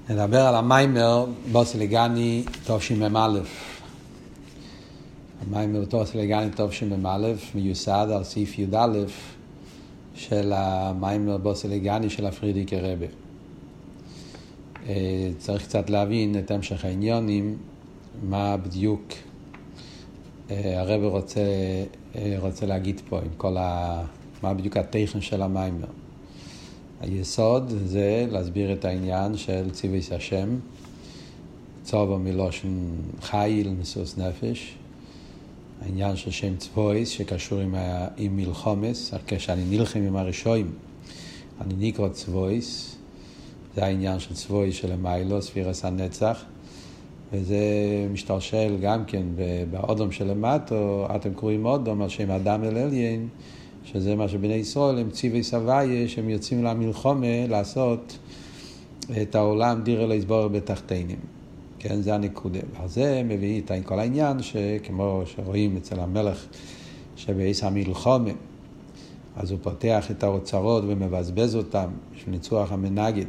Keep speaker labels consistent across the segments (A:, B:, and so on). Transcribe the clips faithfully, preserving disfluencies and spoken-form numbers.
A: נדבר על המיימר בוסילגני תשמ"א. המיימר בוסילגני תשמ"א מיוסד על סעיף י"א של המיימר בוסילגני של הפרידיקי רבי. צריך קצת להבין את המשך העניונים, מה בדיוק הרבי רוצה, רוצה להגיד פה, עם כל ה... מה בדיוק התכן של המיימר. היסוד זה להסביר את העניין של ציוויס השם, צובו מלושן חיל מסוס נפש, העניין של שם צבויס שקשור עם, ה... עם מלחומס, כשאני נלחם עם הראשונים, אני נקרא צבויס, זה העניין של צבויס של המיילו, ספירס הנצח, וזה משתרשל גם כן באודום של המטו, אתם קוראים אודום על שם אדם אל אליין, שזה מה שבני ישראל הם ציווי סבייה, שהם יוצאים למלחמה לעשות את העולם דיר אלי סבור בתחתינים. כן, זה הנקודה. ועל זה מביא את כל העניין, שכמו שרואים אצל המלך שבעיס המלחמה, אז הוא פותח את האוצרות ומבזבז אותם בשביל ניצוח המנגד,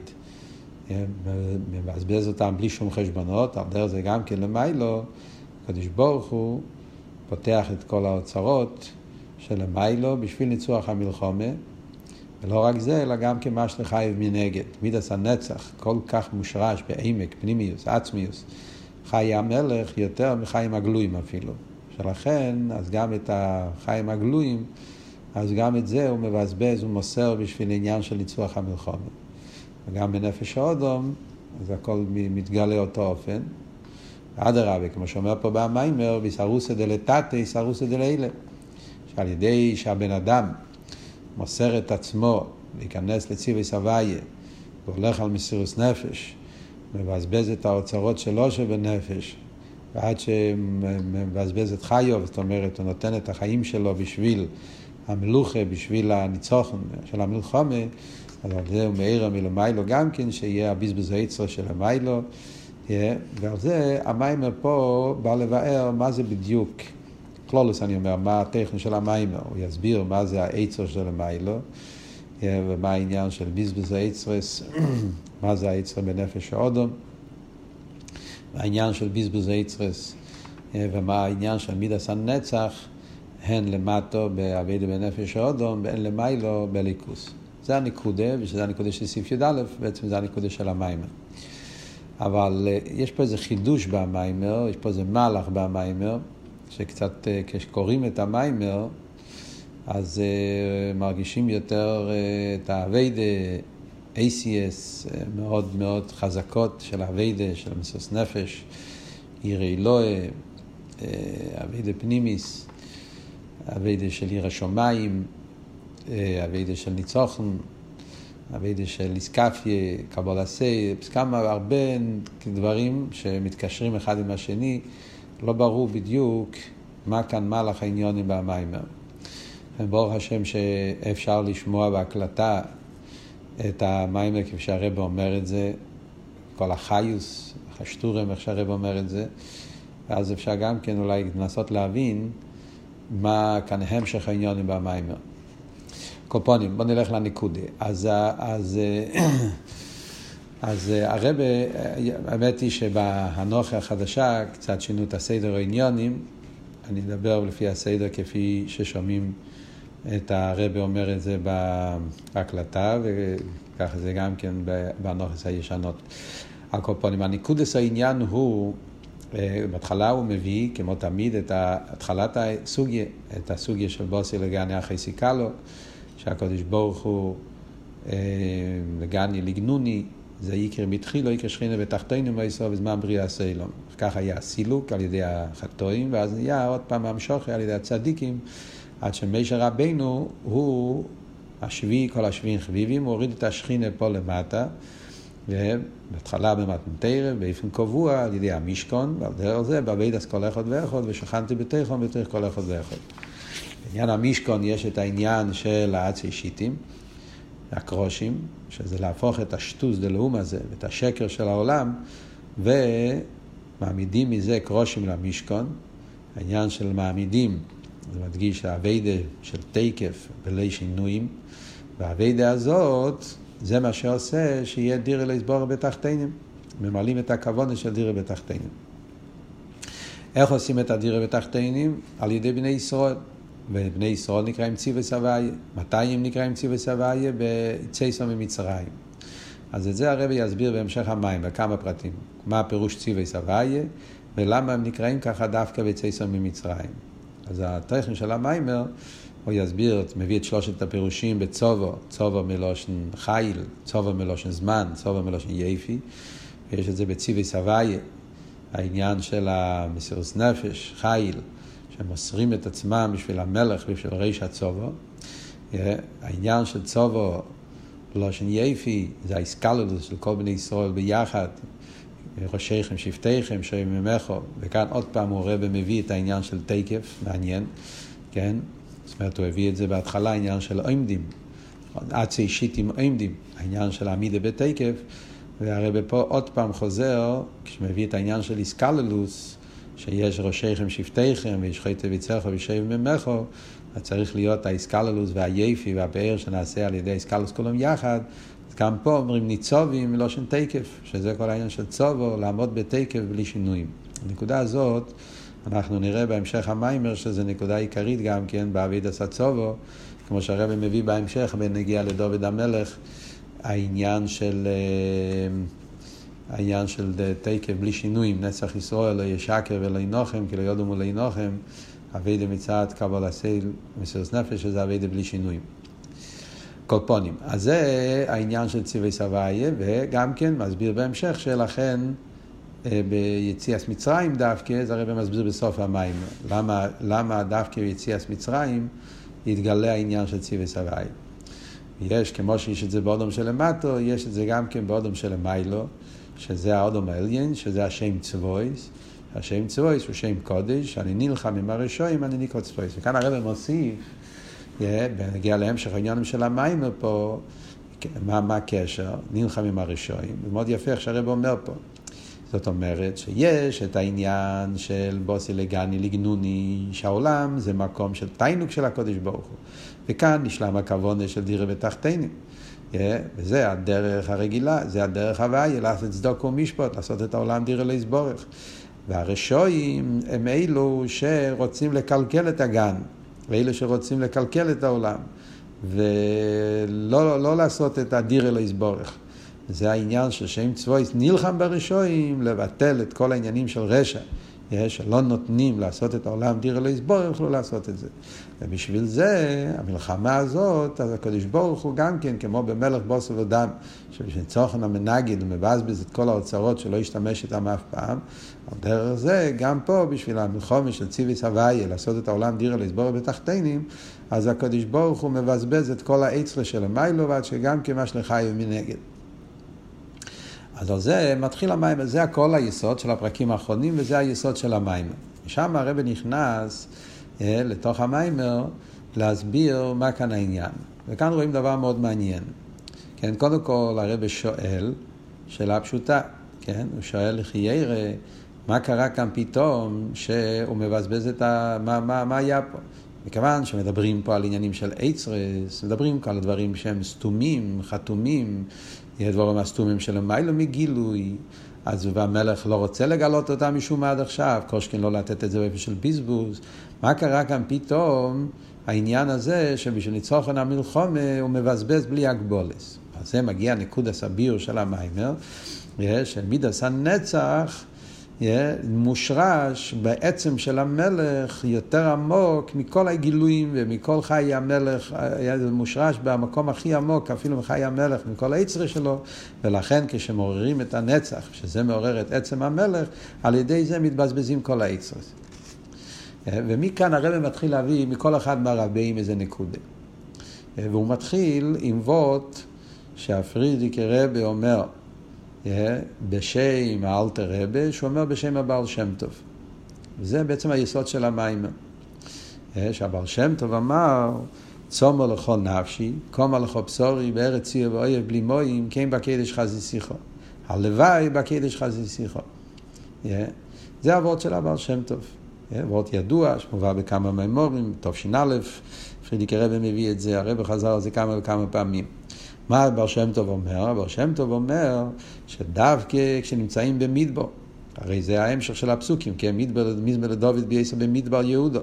A: מבזבז אותם בלי שום חשבונות, על דרך זה גם כן למיילו, הקדוש ברוך הוא פותח את כל האוצרות של המיילו בשביל ניצוח המלחמה, ולא רק זה, אלא גם כמשל חייב מנגד. מידס הנצח, כל כך מושרש בעמק, פנימיוס, עצמיוס, חי המלך יותר מחיים הגלויים אפילו. שלכן, אז גם את החיים הגלויים, אז גם את זה הוא מבזבז ומוסר בשביל עניין של ניצוח המלחמה. וגם בנפש האודום, אז הכל מתגלה אותו אופן. עד הרבה, כמו שאומר פה במיימר, ביסרוסא דלתתא, יסרוסא דלילה. שעל ידי שהבן אדם מוסר את עצמו להיכנס לציווי סבייה והולך על מסירות נפש, מבזבז את האוצרות שלו שבנפש, ועד שמבזבז את חיוב, זאת אומרת, הוא נותן את החיים שלו בשביל המלוכה, בשביל הניצוחן של המלחמה, אז על זה הוא מאיר מלמיילו גם כן, שיהיה הבזבוז היצר של המיילו, ועל זה המיימר פה בא לבאר מה זה בדיוק, כלולוס אני אומר, מה הטכן של המיימר, הוא יסביר מה זה היצר של המיילו, ומה העניין של בזבוז היצרס, מה זה היצר בנפש האודום, העניין של בזבוז היצרס, ומה העניין של מידס הנצח, הן למטו בעבודה בנפש האודום, והן למיילו בליכוס. זה הנקודה, ושזה הנקודה של סעיף י"א, בעצם זה הנקודה של המיימר. אבל יש פה איזה חידוש במיימר, יש פה איזה מהלך במיימר, שקצת כשקוראים את המיימר, אז uh, מרגישים יותר uh, את העבודה, איי סי אס, uh, מאוד מאוד חזקות של העבודה, של מסירות נפש, יראה אלוהי, uh, עבודה פנימיס, עבודה של ירא שמיים, uh, עבודה של ניצוחן, עבודה של איסקפיה, קבלה סי, כמה הרבה דברים שמתקשרים אחד עם השני, לא ברור בדיוק מה כאן מהלך העניונים במיימר. ברוך השם שאפשר לשמוע בהקלטה את המיימר כפי שהרב אומר את זה, כל החיוס, החשטורם, איך שהרב אומר את זה, ואז אפשר גם כן אולי לנסות להבין מה כאן המשך העניונים במיימר. קופונים, בוא נלך לנקודה. אז, אז, אז הרב, האמת היא שבהנוכה החדשה קצת שינו את הסדר העניונים, אני אדבר לפי הסדר כפי ששומעים את הרב אומר את זה בהקלטה, וככה זה גם כן בהנוכה הישנות. הקופונים, הנקודס העניין הוא, בהתחלה הוא מביא, כמו תמיד, את התחלת הסוגיה, את הסוגיה של בוסילגני אחרי סיקלו, שהקדוש ברוך הוא לגני לגנוני, זה יקר מתחילו, יקר שכינה בתחתינו מייסו בזמן בריאה סיילום. כך היה הסילוק על ידי החטאים, ואז נהיה עוד פעם המשוך על ידי הצדיקים, עד שמשה רבינו הוא השביעי, כל השביעים חביבים, הוא הוריד את השכינה פה למטה, ובהתחלה במתנתרא, באופן קבוע על ידי המשכון, ועל דרך זה בעבודת כל אחד ואחד, ושכנתי בתיכון בתוך כל אחד ואחד. בעניין המשכון יש את העניין של העצי שיטים, הקרושים, שזה להפוך את השטוס דלאום הזה, ואת השקר של העולם, ומעמידים מזה קרושים למשכון. העניין של מעמידים, זה מדגיש העבודה של תקף בלי שינויים, והעבודה הזאת, זה מה שעושה שיהיה דיר אלי סבור בתחתינים. ממלאים את הכוונה של דירה בתחתינים. איך עושים את הדירה בתחתינים? על ידי בני ישראל. ובני ישראל נקראים ציווי סבייה. מתי הם נקראים ציווי סבייה? ביציאה ממצרים. אז את זה הרבי יסביר בהמשך המים, בכמה פרטים. מה הפירוש ציווי סבייה, ולמה הם נקראים ככה דווקא ביציאה ממצרים. אז הטכן של המיימר, הוא יסביר, מביא את שלושת הפירושים בצובו, צובו מלושן חיל, צובו מלושן זמן, צובו מלושן יפי, ויש את זה בציווי סבייה, העניין של המסירות נפש, חיל, שמוסרים את עצמם בשביל המלך ובשביל ריש הצובו. העניין של צובו מלושן יפי, זה ההסקללות של כל בני ישראל ביחד, ראשיכם, שבטיכם, שהם ממכו, וכאן עוד פעם הוא רב מביא את העניין של תקף, מעניין, כן? זאת אומרת, הוא הביא את זה בהתחלה, העניין של עומדים, עצי שיטים עומדים, העניין של העמידה בתקף, והרב פה עוד פעם חוזר, כשמביא את העניין של איסקללוס, שיש ראשיכם, שבטיכם, ויש חייטה ויצרחו ושב ממכו, אז צריך להיות האיסקללוס והיפי והבאר שנעשה על ידי האיסקללוס כולם יחד. גם פה אומרים ניצובים מלושן תקף, שזה כל העניין של צובו, לעמוד בתקף בלי שינויים. הנקודה הזאת, אנחנו נראה בהמשך המיימר, שזה נקודה עיקרית גם כן בעבודת הצובו, כמו שהרב מביא בהמשך, בנגיע לדוד המלך, העניין של, העניין של תקף בלי שינויים, נצח ישראל, לא ישקר ולא ינוחם, כי לא יודום ולא ינוחם, עבודת מצד קבל הסייל, מסירות נפש, שזה עבודת בלי שינויים. קופונים. אז זה העניין של ציווי סבייה, וגם כן מסביר בהמשך שלכן ביציאת מצרים דווקא, זה הרב מסביר בסוף המים. למה, למה דווקא ביציאת מצרים יתגלה העניין של ציווי סבייה. יש, כמו שיש את זה באודום של למטו, יש את זה גם כן באודום של למיילו, שזה האודום העליין, שזה השם צבויס. השם צבויס הוא שם קודש, אני נלחם עם הרשעים, אני נקרא צבויס. וכאן הרב מוסיף, בנגיע להמשך העניינים של המים פה, מה, מה הקשר? נלחם עם הרשעים. זה מאוד יפה איך שהרב אומר פה. זאת אומרת שיש את העניין של בוסי לגני לגנוני, שהעולם זה מקום של תיינוק של הקודש ברוך הוא. וכאן נשלם הכוונה של דירה בתחתינים. וזה הדרך הרגילה, זה הדרך הוויה, לעשות צדוק ומשפט, לעשות את העולם דירה להסבורך. והרשעים הם אלו שרוצים לקלקל את הגן. ואלה שרוצים לקלקל את העולם, ולא לא לעשות את הדירה להסבורך. זה העניין של שם צבויס נלחם ברשעים, לבטל את כל העניינים של רשע, שלא נותנים לעשות את העולם דירה להסבורך, יוכלו לעשות את זה. ובשביל זה, המלחמה הזאת, אז הקדוש ברוך הוא גם כן, כמו במלך בוסר ודם, שבשצוחן המנגד ומבזבז את כל האוצרות שלא ישתמש איתם אף פעם, על דרך זה, גם פה, בשביל המלחמה של ציווי סבייה, לעשות את העולם דירה להסבורך בתחתינים, אז הקדוש ברוך הוא מבזבז את כל העצרה של המיילו, ועד שגם כמה שלחי ומנגד. אז על זה מתחיל המים, זה הכל היסוד של הפרקים האחרונים, וזה היסוד של המים. שם הרב נכנס אה, לתוך המיימר להסביר מה כאן העניין. וכאן רואים דבר מאוד מעניין. כן, קודם כל הרב שואל, שאלה פשוטה, כן? הוא שואל לכי ירא, מה קרה כאן פתאום שהוא מבזבז את ה... מה, מה, מה היה פה? מכיוון שמדברים פה על עניינים של עצרס, מדברים פה על דברים שהם סתומים, חתומים, דברים הסתומים של המיילו מגילוי, אז והמלך לא רוצה לגלות אותם משום עד עכשיו, קושכן לא לתת את זה באופן של בזבוז. מה קרה כאן פתאום? העניין הזה שבשביל ניצחון המלחמה הוא מבזבז בלי הגבולס. אז זה מגיע נקודה סביר של המיימר, של מידס הנצח, מושרש בעצם של המלך יותר עמוק מכל הגילויים ומכל חיי המלך, מושרש במקום הכי עמוק אפילו מחיי המלך, מכל היצר שלו, ולכן כשמעוררים את הנצח, שזה מעורר את עצם המלך, על ידי זה מתבזבזים כל היצר. ומכאן הרב מתחיל להביא מכל אחד מהרבים איזה נקודה. והוא מתחיל עם וות שהפרידיקי רבי אומר, בשם האלטר רבי, שהוא אומר בשם הבעל שם טוב. וזה בעצם היסוד של המים. שהבעל שם טוב אמר, צומו לכל נפשי, קומה לכל בשורי, בארץ ציר ואויב בלי מוים, כן בקדש חזי שיחו. הלוואי בקדש חזי שיחו. זה הוורד של הבעל שם טוב. וורד ידוע, שמובא בכמה מימורים, טוב שין א', פרידיקי רבי מביא את זה, הרבי חזר על זה כמה וכמה פעמים. מה בר שם טוב אומר? בר שם טוב אומר שדווקא כשנמצאים במדבר, הרי זה ההמשך של הפסוקים, כי מדבר, מזמר לדוד בייסר במדבר יהודה.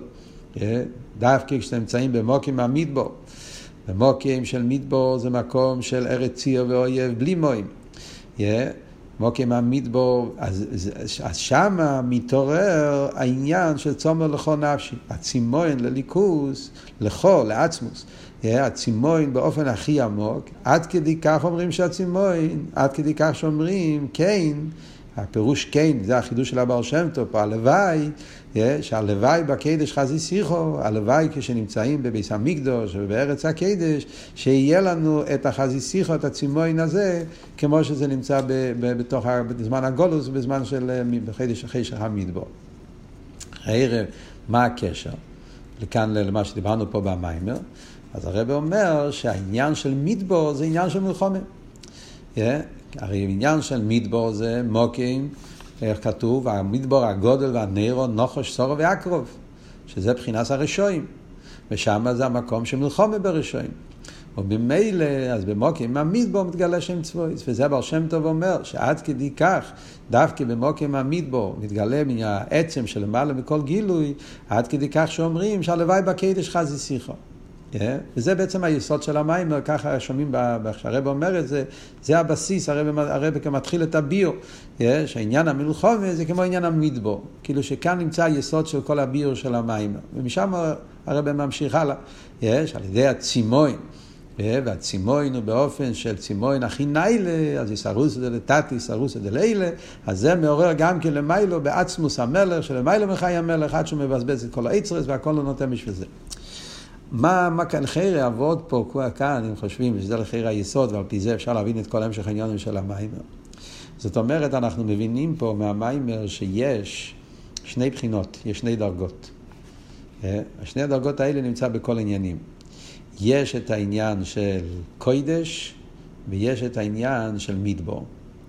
A: דווקא כשאתם נמצאים במוקים המדבר, במוקים של מדבר זה מקום של ארץ ציר ואויב בלי מים. מוקים המדבר, אז, אז שם מתעורר העניין של צומר לכל נפשי, הצימון לליכוס, לכל, לעצמוס. הצימון באופן הכי עמוק, עד כדי כך אומרים שהצימון, עד כדי כך שאומרים, כן, הפירוש כן, זה החידוש של הבעל שם טוב, הלוואי, שהלוואי בקדש חזי שיחו, הלוואי כשנמצאים בביס המקדוש ובארץ הקדש, שיהיה לנו את החזי שיחו, את הצימון הזה, כמו שזה נמצא בתוך, בזמן הגולוס, בזמן של בחדש חשך המדבר. הערב, מה הקשר? לכאן למה שדיברנו פה במיימר, אז הרב אומר שהעניין של מדבר זה עניין של מלחמה. Yeah. הרי העניין של מדבר זה מוקים, איך כתוב, המדבר הגודל והנרו, נחש, סורו ועקרוב, שזה בחינת הרשועים. ושם זה המקום של מלחמה ברשועים. ובמילא, אז במוקים, המדבר מתגלה שם צבויס. וזה בר שם טוב אומר, שעד כדי כך, דווקא במוקים המדבר, מתגלה מן העצם של למעלה מכל גילוי, עד כדי כך שאומרים שהלוואי בקדש חזי שיחו. Yeah. וזה בעצם היסוד של המים, ככה שומעים שהרב אומר את זה, זה הבסיס, הרב, הרב מתחיל את הביור, yeah. שהעניין המלחמה זה כמו עניין המדבר, כאילו שכאן נמצא היסוד של כל הביור של המים, ומשם הרב ממשיך הלאה, yeah. שעל ידי הצימון, yeah. והצימון הוא באופן של צימון הכי ניילה, אז יסרוס את זה לטאטי, יסרוס את זה לילה, אז זה מעורר גם כן למיילו בעצמוס המלך, שלמיילו מחי המלך, עד שהוא מבזבז את כל היצרס והכל לא נותן בשביל זה. מה, מה כאן חייר עבוד פה, כאן, הם חושבים שזה לחייר היסוד, ועל פי זה אפשר להבין את כל המשך העניינים של המיימר. זאת אומרת, אנחנו מבינים פה מהמיימר שיש שני בחינות, יש שני דרגות. השני הדרגות האלה נמצא בכל עניינים. יש את העניין של קוידש, ויש את העניין של מדבר.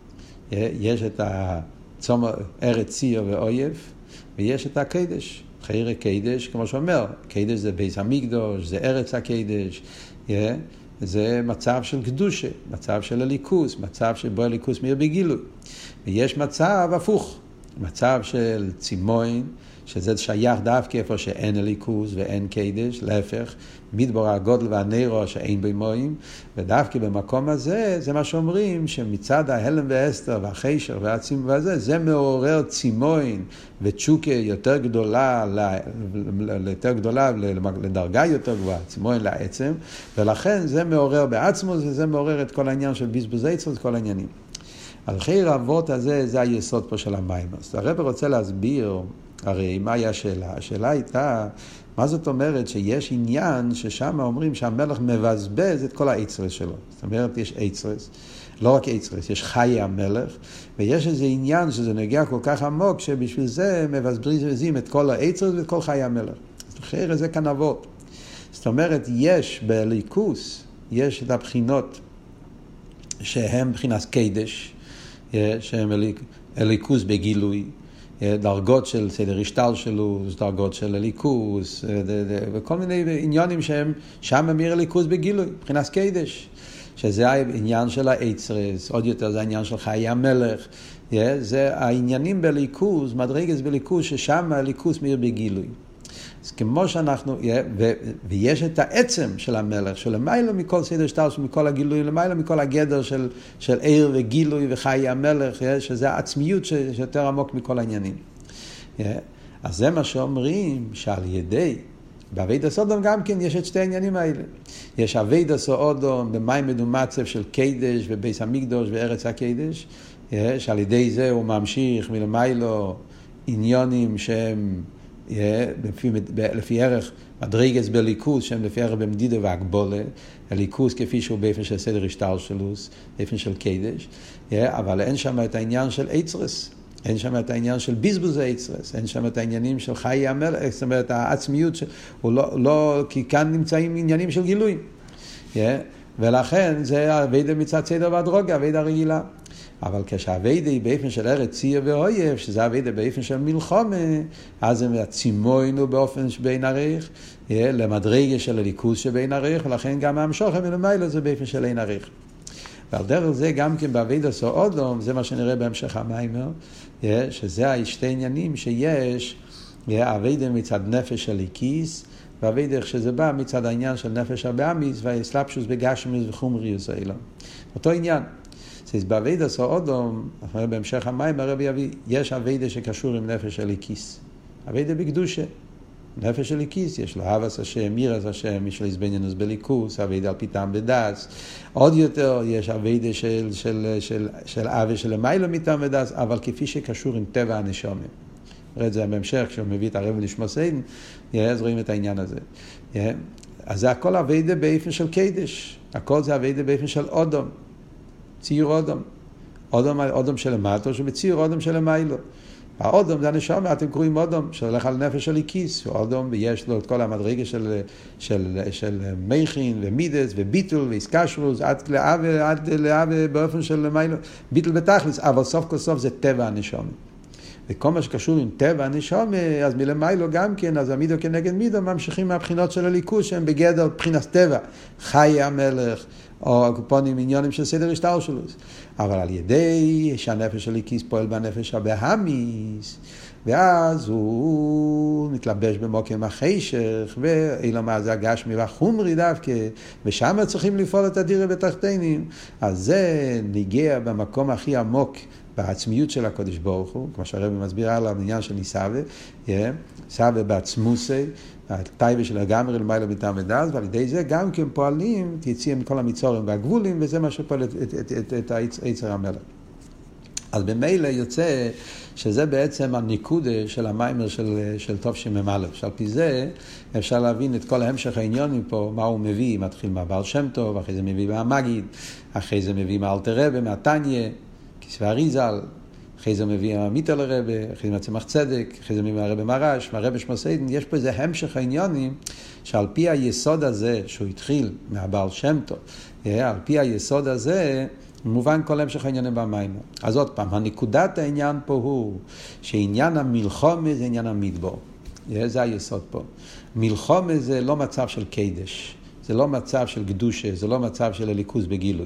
A: יש את הצום, ארץ ציר ואויב, ויש את הקדש. חייר קדש, כמו שאומר, קדש זה בית המקדוש, זה ארץ הקדש, yeah, זה מצב של קדושה, מצב של הליכוס, מצב שבו הליכוס מאיר בגילוי. ויש מצב הפוך, מצב של צימון, שזה שייך דווקא איפה שאין הליכוס ואין קדש, להפך, מדבר הגודל והנרו שאין בימויים, ודווקא במקום הזה, זה מה שאומרים, שמצד ההלם והאסתר והחשר והעצים והזה, זה מעורר צימון ותשוקה יותר גדולה, יותר גדולה, לדרגה יותר גבוהה, צימון לעצם, ולכן זה מעורר בעצמו, זה מעורר את כל העניין של בזבוז עצם, את כל העניינים. על חיר האבות הזה, זה היסוד פה של המים. אז הרב רוצה להסביר, הרי מה היה השאלה? השאלה הייתה, מה זאת אומרת שיש עניין ששם אומרים שהמלך מבזבז את כל היצרס שלו. זאת אומרת, יש יצרס, לא רק יצרס, יש חיי המלך, ויש איזה עניין שזה נגיע כל כך עמוק, שבשביל זה מבזבזים את כל היצרס ואת כל חיי המלך. אז אחרי זה כאן אבות. זאת אומרת, יש בליכוס, יש את הבחינות שהם בחינת קדש, שהם הליכוס בגילוי, דרגות של סדר השתל שלו, דרגות של הליכוס, וכל מיני עניונים שהם שם אמיר הליכוס בגילוי, מבחינת קדש, שזה העניין של היצרס, עוד יותר זה העניין של חיי המלך, זה העניינים בליכוס, מדרגס בליכוס, ששם הליכוס מאיר בגילוי. אז כמו שאנחנו, ו, ויש את העצם של המלך, של למעלה מכל סדר שטר, מכל הגילוי, למעלה מכל הגדר של, של עיר וגילוי וחיי המלך, שזה העצמיות שיותר עמוק מכל העניינים. אז זה מה שאומרים, שעל ידי, בעבודת סודום גם כן יש את שתי העניינים האלה. יש עבודת סודום במים מדומצב של קדש ובית המקדוש וארץ הקדש, שעל ידי זה הוא ממשיך מלמיילו עניונים שהם לפי, לפי ערך מדרגס בליכוס, שהם לפי ערך במדידה והגבולה, הליכוס כפי שהוא באופן של סדר השטר שלוס, באופן של קדש, אבל אין שם את העניין של יצרס, אין שם את העניין של בזבוז היצרס, אין שם את העניינים של חיי המלך, זאת אומרת העצמיות, הוא לא, לא, כי כאן נמצאים עניינים של גילוי, ולכן זה העבודה מצד סדר והדרגה, העבודה הרגילה. אבל כשהעבודה היא באופן של ארץ ציר ואויב, שזה העבודה באופן של מלחמה, אז הם הצימון הוא באופן שבין עריך, למדרגה של הליכוס שבין עריך, ולכן גם המשוכם ולמעלה זה באופן של אין עריך. ועל דרך זה גם כן בעבודת האדם, זה מה שנראה בהמשך המיימר, שזה שתי עניינים שיש, עבודה מצד נפש הליקיס, ועבודה שזה בא מצד העניין של נפש הבאמיס, והאסלאפשוס בגשמיס וחומריוס האלה. אותו עניין. אז בעבודת האדם, בהמשך המיימר הרב יביא, יש עבודה שקשור עם נפש הליקיס. עבודה בקדושה. נפש הליקיס, יש לו אהבת השם, יראת השם, יש לו הזבנינוס בליכוס, עבודה על פי טעם ודעת. עוד יותר יש עבודה של, של, של, של אהבה שלמיילו מטעם ודעת, אבל כפי שקשור עם טבע הנשמה. נראה את זה בהמשך, כשהוא מביא את הרב לשמוסיין, אז רואים את העניין הזה. אז זה הכל עבודה באופן של קדש. הכל זה עבודה באופן של אודם. ציור אודם. אודם, אודם של למטה, שבציור אודם של למיילו. האודם זה הנשמה, אתם קוראים אודם, שהולך על נפש של ליקיס, אודם, ויש לו את כל המדרגה של, של, של מייכין ומידס וביטול ואיסקשרוס, עד לאווה, עד לאווה באופן של למיילו, ביטול בתכלס, אבל סוף כל סוף זה טבע הנשמה. וכל מה שקשור עם טבע הנשמה, אז מלמיילו גם כן, אז המידו כנגד מידו, ממשיכים מהבחינות של הליכוס, שהם בגדר בחינת טבע, חי המלך, או הקופונים עניונים של סדר השטר שלו. אבל על ידי שהנפש של ליקיס פועל בנפש הבהמיס, ואז הוא מתלבש במוקם החשך, ואילו מה זה הגשמי והחומרי דווקא, ושם צריכים לפעול את הדירה בתחתינים. אז זה ניגע במקום הכי עמוק, בעצמיות של הקדוש ברוך הוא, כמו שהרבי מסביר עליו בעניין של ניסאווה, סאווה בעצמוסי, הטייבה של הגמרי למעלה מטעם ודעת, ועל ידי זה גם כן פועלים, תיציאים כל המצורים והגבולים, וזה מה שפועל את, את, את, את, את היצר המלך. אז במילא יוצא שזה בעצם הניקודה של המיימר של, של טוב שממלא. שעל פי זה אפשר להבין את כל ההמשך העניונים פה, מה הוא מביא, מתחיל מהבעל שם טוב, אחרי זה מביא מהמגיד, אחרי זה מביא מהאלתר רבי, מהתניא, כספי אריזל, אחרי זה מביא מהמיטל הרבי, אחרי זה מהצמח צדק, אחרי זה מביא מהרבי מרש, מהרבי שמוסיידן. יש פה איזה המשך העניונים, שעל פי היסוד הזה, שהוא התחיל מהבעל שם טוב, על פי היסוד הזה, מובן כל המשך העניינים במיימר. אז עוד פעם, הנקודת העניין פה הוא, שעניין המלחמה זה עניין המדבור. זה היסוד פה. מלחמה זה לא מצב של קדש, זה לא מצב של קדושה, זה לא מצב של הליכוז בגילוי.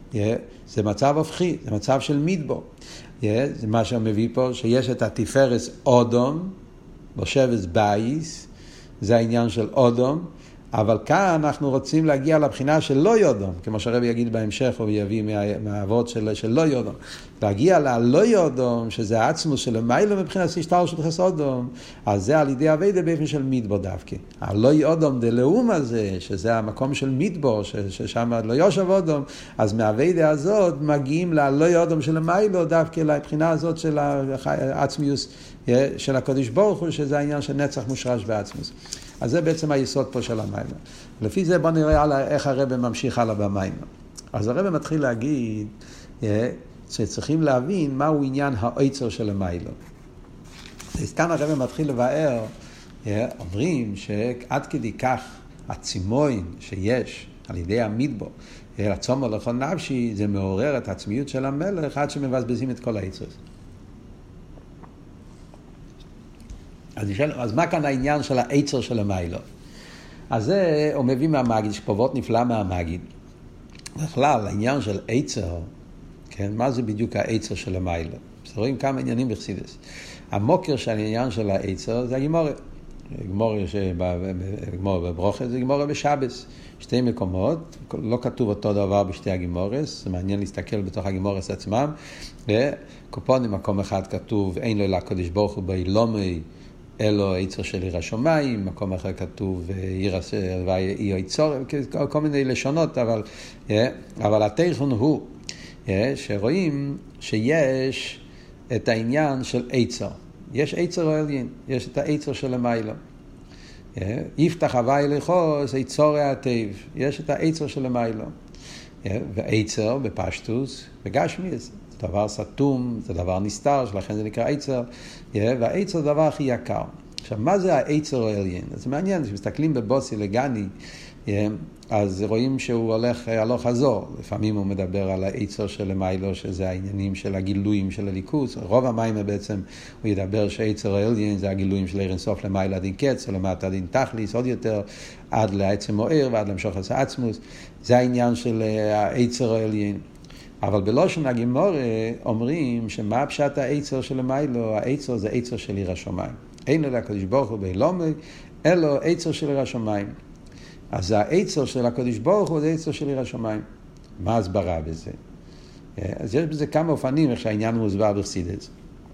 A: זה מצב הופכי, זה מצב של מדבור. זה מה שמביא פה, שיש את התפארס אודום, בשבס בייס, זה העניין של אודום, אבל כאן אנחנו רוצים להגיע לבחינה של לא יודום, כמו שהרבי יגיד בהמשך, הוא יביא מהאבות של, של לא יודום. להגיע ללא יודום, שזה העצמוס של מיילו מבחינת השטר של חסודום, אז זה על ידי עבודה באופן של מדבור דווקא. הלא יודום דלאום הזה, שזה המקום של מדבור, ששם לא יושב אודום, אז מהעבודה הזאת מגיעים ללא יודום של מיילו דווקא לבחינה הזאת של העצמיוס של הקדוש ברוך הוא, שזה העניין של נצח מושרש בעצמוס. אז זה בעצם היסוד פה של המיימר. לפי זה בוא נראה על איך הרב ממשיך הלאה במיימר. אז הרב מתחיל להגיד שצריכים להבין מהו עניין העצר של המיימר. אז כאן הרב מתחיל לבאר, אומרים שעד כדי כך הצימוין שיש על ידי המדבור, הצומר לכל נפשי, זה מעורר את העצמיות של המלך עד שמבזבזים את כל העצר. אז, נשאל, אז מה כאן העניין של העצר של המיילו? אז זה הוא מביא מהמגיד, שפוות נפלא מהמגיד. בכלל, העניין של עצר, כן, מה זה בדיוק העצר של המיילו? אז רואים כמה עניינים בחסידות. המוקר של העניין של העצר זה הגימורה. גימורה שבגימורה בברוכת זה גימורה בשבס. שתי מקומות, לא כתוב אותו דבר בשתי הגימורס, זה מעניין להסתכל בתוך הגימורס עצמם. וקופונים מקום אחד כתוב, אין לו אלא הקדוש ברוך הוא באילומי, אלו עצר של עיר השומיים, מקום אחר כתוב עיר היצור, כל מיני לשונות, אבל, אבל התכן הוא שרואים שיש את העניין של עצר. יש עצר העליין, יש את העצר של המיילו. יפתח הווי לכוס, עצורי הטבע, יש את העצר של המיילו. ועצר בפשטוס, בגשמי, זה דבר סתום, זה דבר נסתר, שלכן זה נקרא עצר, והעצר זה הדבר הכי יקר. עכשיו, מה זה העצר העליין? זה מעניין, כשמסתכלים בבוסי לגני, אז רואים שהוא הולך הלוך חזור. לפעמים הוא מדבר על העצר של המיילו, שזה העניינים של הגילויים של הליכוס. רוב המים בעצם הוא ידבר שהעצר העליין זה הגילויים של עיר אינסוף למיילו עד אין קץ, או למטה עד אין תכליס, עוד יותר, עד לעצם מואר ועד למשוך את העצמוס. זה העניין של העצר העליין. אבל בלושן הגמרא אומרים שמה פשט העצר של מיילו, העצר זה עצר של עיר השמיים. אין אלא הקדוש ברוך הוא בעילומי, אלא עצר של עיר השמיים. אז העצר של הקדוש ברוך הוא זה עצר של עיר השמיים. מה הסברה בזה? אז יש בזה כמה אופנים איך שהעניין מוסבר בחסידות.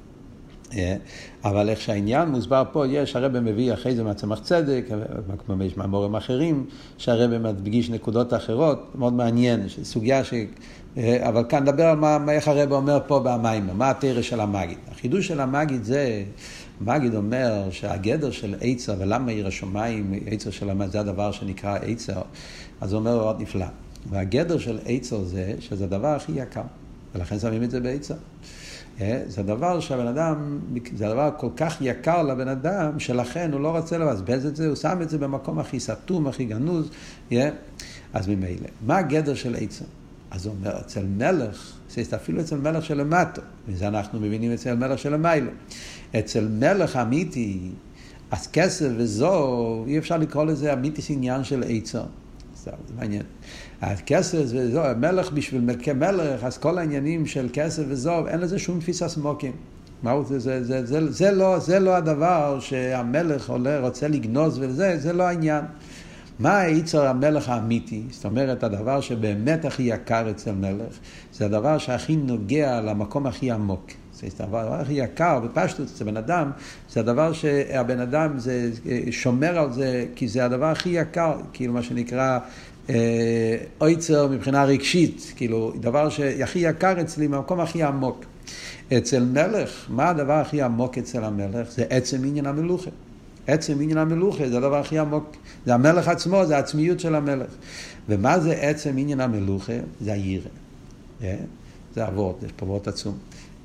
A: אבל איך שהעניין מוסבר פה, יש הרב מביא אחרי זה מהצמח צדק, יש מאמרים אחרים, שהרב מדגיש נקודות אחרות, מאוד מעניין, סוגיה ש... אבל כאן נדבר על מה, איך הרב אומר פה במים, מה התרא של המגיד. החידוש של המגיד זה, המגיד אומר שהגדר של עצר, ולמה עיר השמיים, עצר של המגיד, זה הדבר שנקרא עצר, אז הוא אומר מאוד נפלא. והגדר של עצר זה, שזה הדבר הכי יקר, ולכן שמים את זה בעצר. זה הדבר שהבן אדם, זה הדבר כל כך יקר לבן אדם, שלכן הוא לא רוצה לבזבז את זה, הוא שם את זה במקום הכי סתום, הכי גנוז, אז ממילא. מה הגדר של עצר? אז הוא אומר, אצל מלך, זה אפילו אצל מלך של למטו, וזה אנחנו מבינים אצל מלך של למיילו. אצל מלך אמיתי, אז כסף וזו, אי אפשר לקרוא לזה אמיתי עניין של עצר. זה מעניין. הכסף וזו, מלך בשביל מלכי מלך, אז כל העניינים של כסף וזו, אין לזה שום תפיסה סמוקים. מהו זה? זה, זה, זה, זה, לא, זה לא הדבר שהמלך עולה, רוצה לגנוז וזה, זה לא העניין. מה היצר המלך האמיתי? זאת אומרת, הדבר שבאמת הכי יקר אצל מלך, זה הדבר שהכי נוגע למקום הכי עמוק. זה הדבר הכי יקר, בפשטות, זה בן אדם, זה הדבר שהבן אדם זה, שומר על זה, כי זה הדבר הכי יקר, כאילו מה שנקרא, אויצר מבחינה רגשית, כאילו, דבר שהכי יקר אצלי, מהמקום הכי עמוק. אצל מלך, מה הדבר הכי עמוק אצל המלך? זה עצם עניין המלוכה. עצם עניין המלוכה זה הדבר הכי עמוק. זה המלך עצמו, זה העצמיות של המלך. ומה זה עצם עניין המלוכה? זה הירא. זה עבוד, זה פרוט עצום.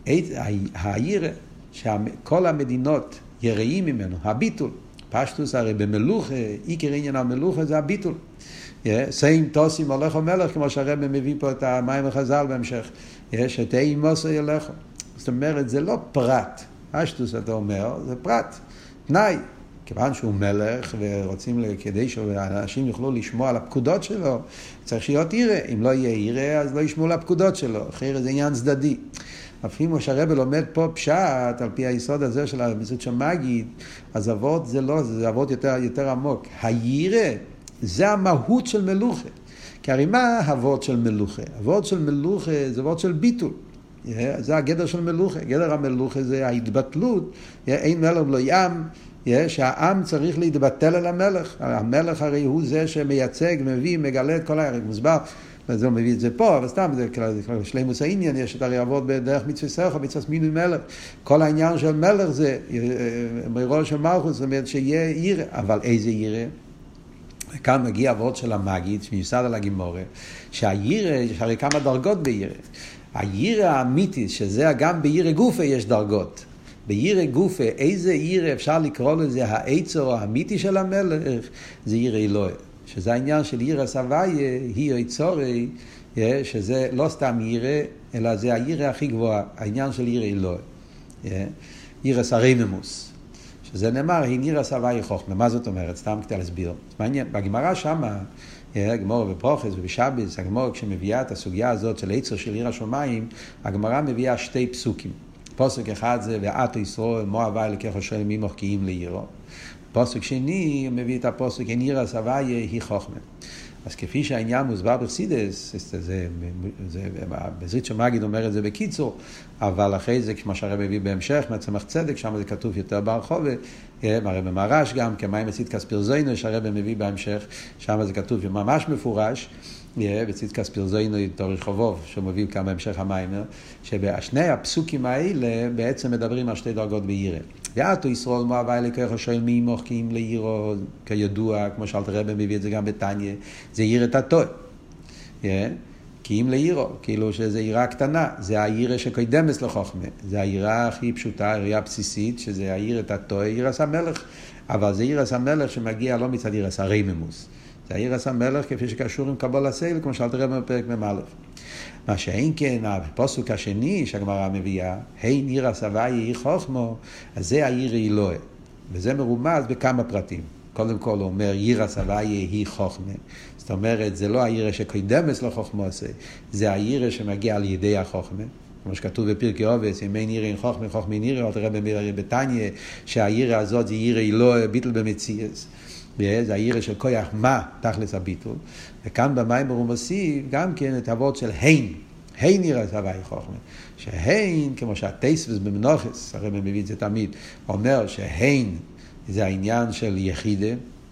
A: הירא, שכל המדינות יראים ממנו, הביטול. פשטוס הרי במלוכה, עיקר עניין המלוכה זה הביטול. סיים תוסים הולך המלך, כמו שהרב מביא פה את המים החז"ל בהמשך. שתהי מוסו ילכו. זאת אומרת, זה לא פרט. פשטוס אתה אומר, זה פרט. תנאי. כיוון שהוא מלך ורוצים כדי שאנשים יוכלו לשמוע על הפקודות שלו, צריך להיות ירא. אם לא יהיה ירא, אז לא ישמעו על הפקודות שלו. אחרי זה עניין צדדי. אפילו שהרב לומד פה פשט, על פי היסוד הזה של המציאות של מגיד, אז אבות זה לא, זה אבות יותר, יותר עמוק. הירא זה המהות של מלוכה. כי הרי מה אבות של מלוכה? אבות של מלוכה זה אבות של ביטול. זה הגדר של מלוכה. גדר המלוכה זה ההתבטלות. אין מלך לא ים. שהעם צריך להתבטל על המלך. המלך הרי הוא זה שמייצג, מביא, מגלה את כל הערך. מוסבר, וזה לא מביא את זה פה, אבל סתם, זה שלימוס העניין, יש את הרי אבות בדרך מצווה סרח, מצווה מינוי מלך. כל העניין של מלך זה, מראש המלכות, זאת אומרת שיהיה ירא, אבל איזה ירא? וכאן מגיע אבות של המגיד, שמיוסד על הגימורה, שהירא, יש הרי כמה דרגות בירא. הירא האמיתי, שזה גם בירא גופה יש דרגות. בירא גופה, איזה ירא אפשר לקרוא לזה העצר האמיתי של המלך? זה ירא אלוהי. שזה העניין של ירא סבייה, היא עצורי, שזה לא סתם ירא, אלא זה הירא הכי גבוה, העניין של ירא אלוהי. ירא סריממוס. שזה נאמר, היא ירא סבייה חוכמה. מה זאת אומרת? סתם כדי להסביר. מעניין, בגמרא שמה, הגמרא בפרוכס ובשבס, הגמרא כשמביאה את הסוגיה הזאת של עצר של ירא שמיים, הגמרא מביאה שתי פסוקים. פסוק אחד זה ועתו ישראל מואב אלוקיך אשר מי מוחקים לעירו. פסוק שני מביא את הפסוק אין ירא סבייה היא חוכמה. אז כפי שהעניין מוסבר בחסידות, זה בזרית שמגיד אומר את זה בקיצור, אבל אחרי זה כמו שהרב מביא בהמשך מהצמח צדק, שם זה כתוב יותר ברחובה, הרב מרש גם כמים בצדקה ספירזוינו שהרב מביא בהמשך, שם זה כתוב ממש מפורש, בצדקה ספירזוינו תוריך חובוב, שמביא כאן בהמשך המיימר, שבשני הפסוקים האלה בעצם מדברים על שתי דרגות בירא. ועתו ישראל מואב אלוקיך אשר מי מוחקים לעירו, כידוע, כמו שאלת רבי מביא את זה גם בתניא, זה ירא תתוי. כי אם לעירו, כאילו שזה יראה קטנה, זה הירא שקודמת לחוכמה. זה היראה הכי פשוטה, היראה בסיסית, שזה הירא תתוי, ירא המלך. אבל זה ירא המלך שמגיע לא מצד ירא הריממוס. זה הירא המלך כפי שקשור עם קבול הסייל, כמו שאלת רבי בפרק ממלך. מה שאין כן, הפסוק השני שהגמרא מביאה, אין ירא סבייה היא חוכמה, אז זה הירא אלוהי. וזה מרומז בכמה פרטים. קודם כל הוא אומר, ירס הוויה היא חוכמה. זאת אומרת, זה לא הירא שקוידמס לחוכמה עושה, זה הירא שמגיע על ידי החוכמה. כמו שכתוב בפרקי אובס, אם אין ירא אין חוכמה, חוכמה אין ירא, תראה בתניא, שהירא הזאת זה ירא לא ביטל במציאס. זה הירא של כוח מה תכלס הביטול. וכאן במים הוא מוסיף גם כן את הוות של הין. הין יראת הוויה חוכמה. שהין, כמו שהטייסבס במנוחס, הרי מביא את זה תמיד, אומר שהין זה העניין של יחידה.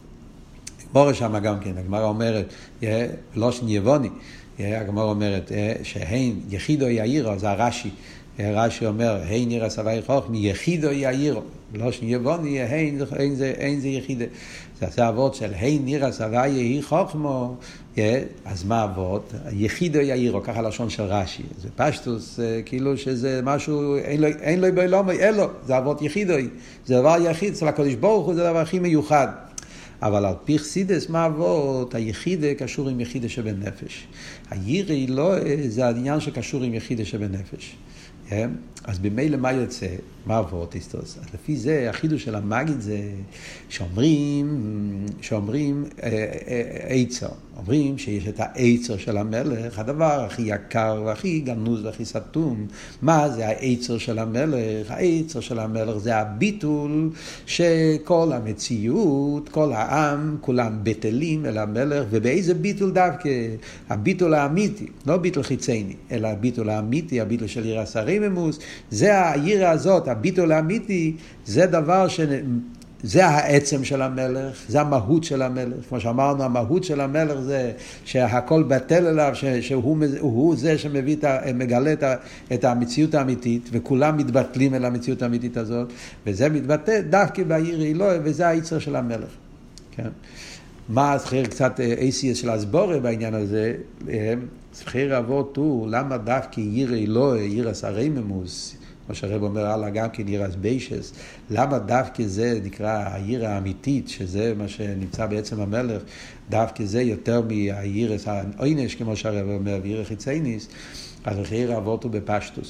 A: הגמרא שם גם כן, הגמרא אומרת, לא שנייבוני, הגמרא אומרת שהין יחידו יאירו, זה הרש"י. רש"י אומר, הין יראת הוויה חוכמה, יחידו יאירו. לא שנייבוני, הין זה יחידה. זה עושה אבות של הין יראת הוויה היא חוכמה. אז מה אבות? יחידו יאירו, ככה לשון של רש"י. זה פשטוס, כאילו שזה משהו, אין לו בעולם, אין לו, זה אבות יחידו. זה דבר יחיד, אצל הקדוש ברוך הוא זה דבר הכי מיוחד. אבל על פי חסידס מה אבות, היחידה קשור עם יחידה שבנפש. הירא לא, זה העניין שקשור עם יחידה שבנפש. אז במילא מה יוצא? מה אבות היסטוס? אז לפי זה, החידוש של המגיד זה שאומרים, שאומרים עצר. אומרים שיש את העצר של המלך, הדבר הכי יקר והכי גנוז והכי סתום. מה זה העצר של המלך? העצר של המלך זה הביטול שכל המציאות, כל העם, כולם בטלים אל המלך, ובאיזה ביטול דווקא? הביטול האמיתי, לא ביטול חיצייני, אלא הביטול האמיתי, הביטול של יראת הרוממוס, זה היראה הזאת, הביטול האמיתי, זה דבר ש... זה העצם של המלך, זה המהות של המלך. כמו שאמרנו, המהות של המלך זה שהכל בטל אליו, שהוא הוא זה שמביא, מגלה את המציאות האמיתית, וכולם מתבטלים אל המציאות האמיתית הזאת, וזה מתבטא דווקא ביראה אלוהי, וזה היצר של המלך. כן? מה זכיר קצת אייסיאס של הסבורה בעניין הזה? זכיר אבות הוא, למה דווקא יראה אלוהי, יראת הרוממוס, כמו שהרב אומר הלאה גם כן יראת ביישס, למה דווקא זה נקרא היראה האמיתית, שזה מה שנמצא בעצם המלך, דווקא זה יותר מהיראת העונש, כמו שהרב אומר, ויראה חיצייניס, אז זכיר אבות הוא בפשטוס.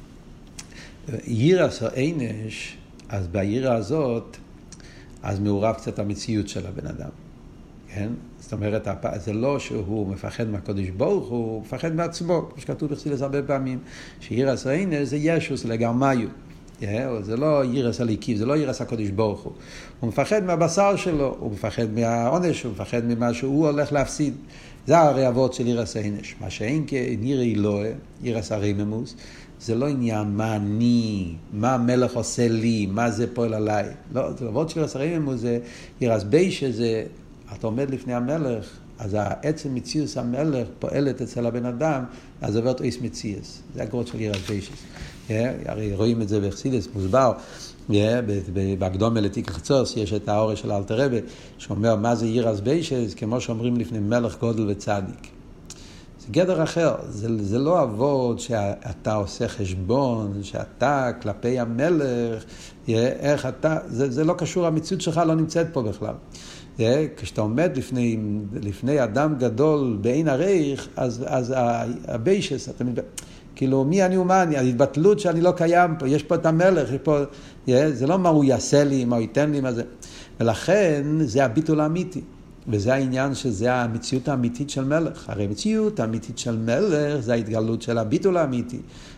A: יראת העונש, אז ביראה הזאת, אז מעורב קצת המציאות של הבן אדם. כן? זאת אומרת, זה לא שהוא מפחד מהקדוש ברוך הוא, הוא מפחד מעצמו, כמו שכתוב בחסידות הרבה פעמים, שיראת העונש זה ישוס לגרמיו. זה לא יראת הליקיב, זה לא יראת הקדוש ברוך הוא. הוא מפחד מהבשר שלו, הוא מפחד מהעונש, הוא מפחד ממה שהוא הולך להפסיד. זה הרי אבות של יראת העונש. מה שאין כנראה אלוהי, יראת הרוממוס, זה לא עניין מה אני, מה המלך עושה לי, מה זה פועל עליי. לא, זה אבות של יראת הרוממוס, זה יראת ביישס, זה אתה עומד לפני המלך, אז העצם מציאוס המלך פועלת אצל הבן אדם, אז עוברת איס מציאוס. זה הגרות של יראת ביישס. הרי רואים את זה בחסידות מוסבר, בהקדומה לתיק החצוס, יש את האור של אלתר רבי, שאומר מה זה יראת ביישס, כמו שאומרים לפני מלך גודל וצדיק. זה גדר אחר, זה, זה לא עבוד שאתה עושה חשבון, שאתה כלפי המלך, איך אתה, זה, זה לא קשור, המציאות שלך לא נמצאת פה בכלל. כשאתה עומד לפני, לפני אדם גדול בעין הרייך, אז, אז הביישס, אתה מתב... כאילו, מי אני ומה אני? ההתבטלות שאני לא קיים פה, יש פה את המלך, יש פה, זה לא מה הוא יעשה לי, מה הוא ייתן לי, מה זה. ולכן זה הביטול האמיתי. וזה העניין שזה המציאות האמיתית של מלך. הרי המציאות האמיתית של מלך זה ההתגלות של הביטול האמיתי.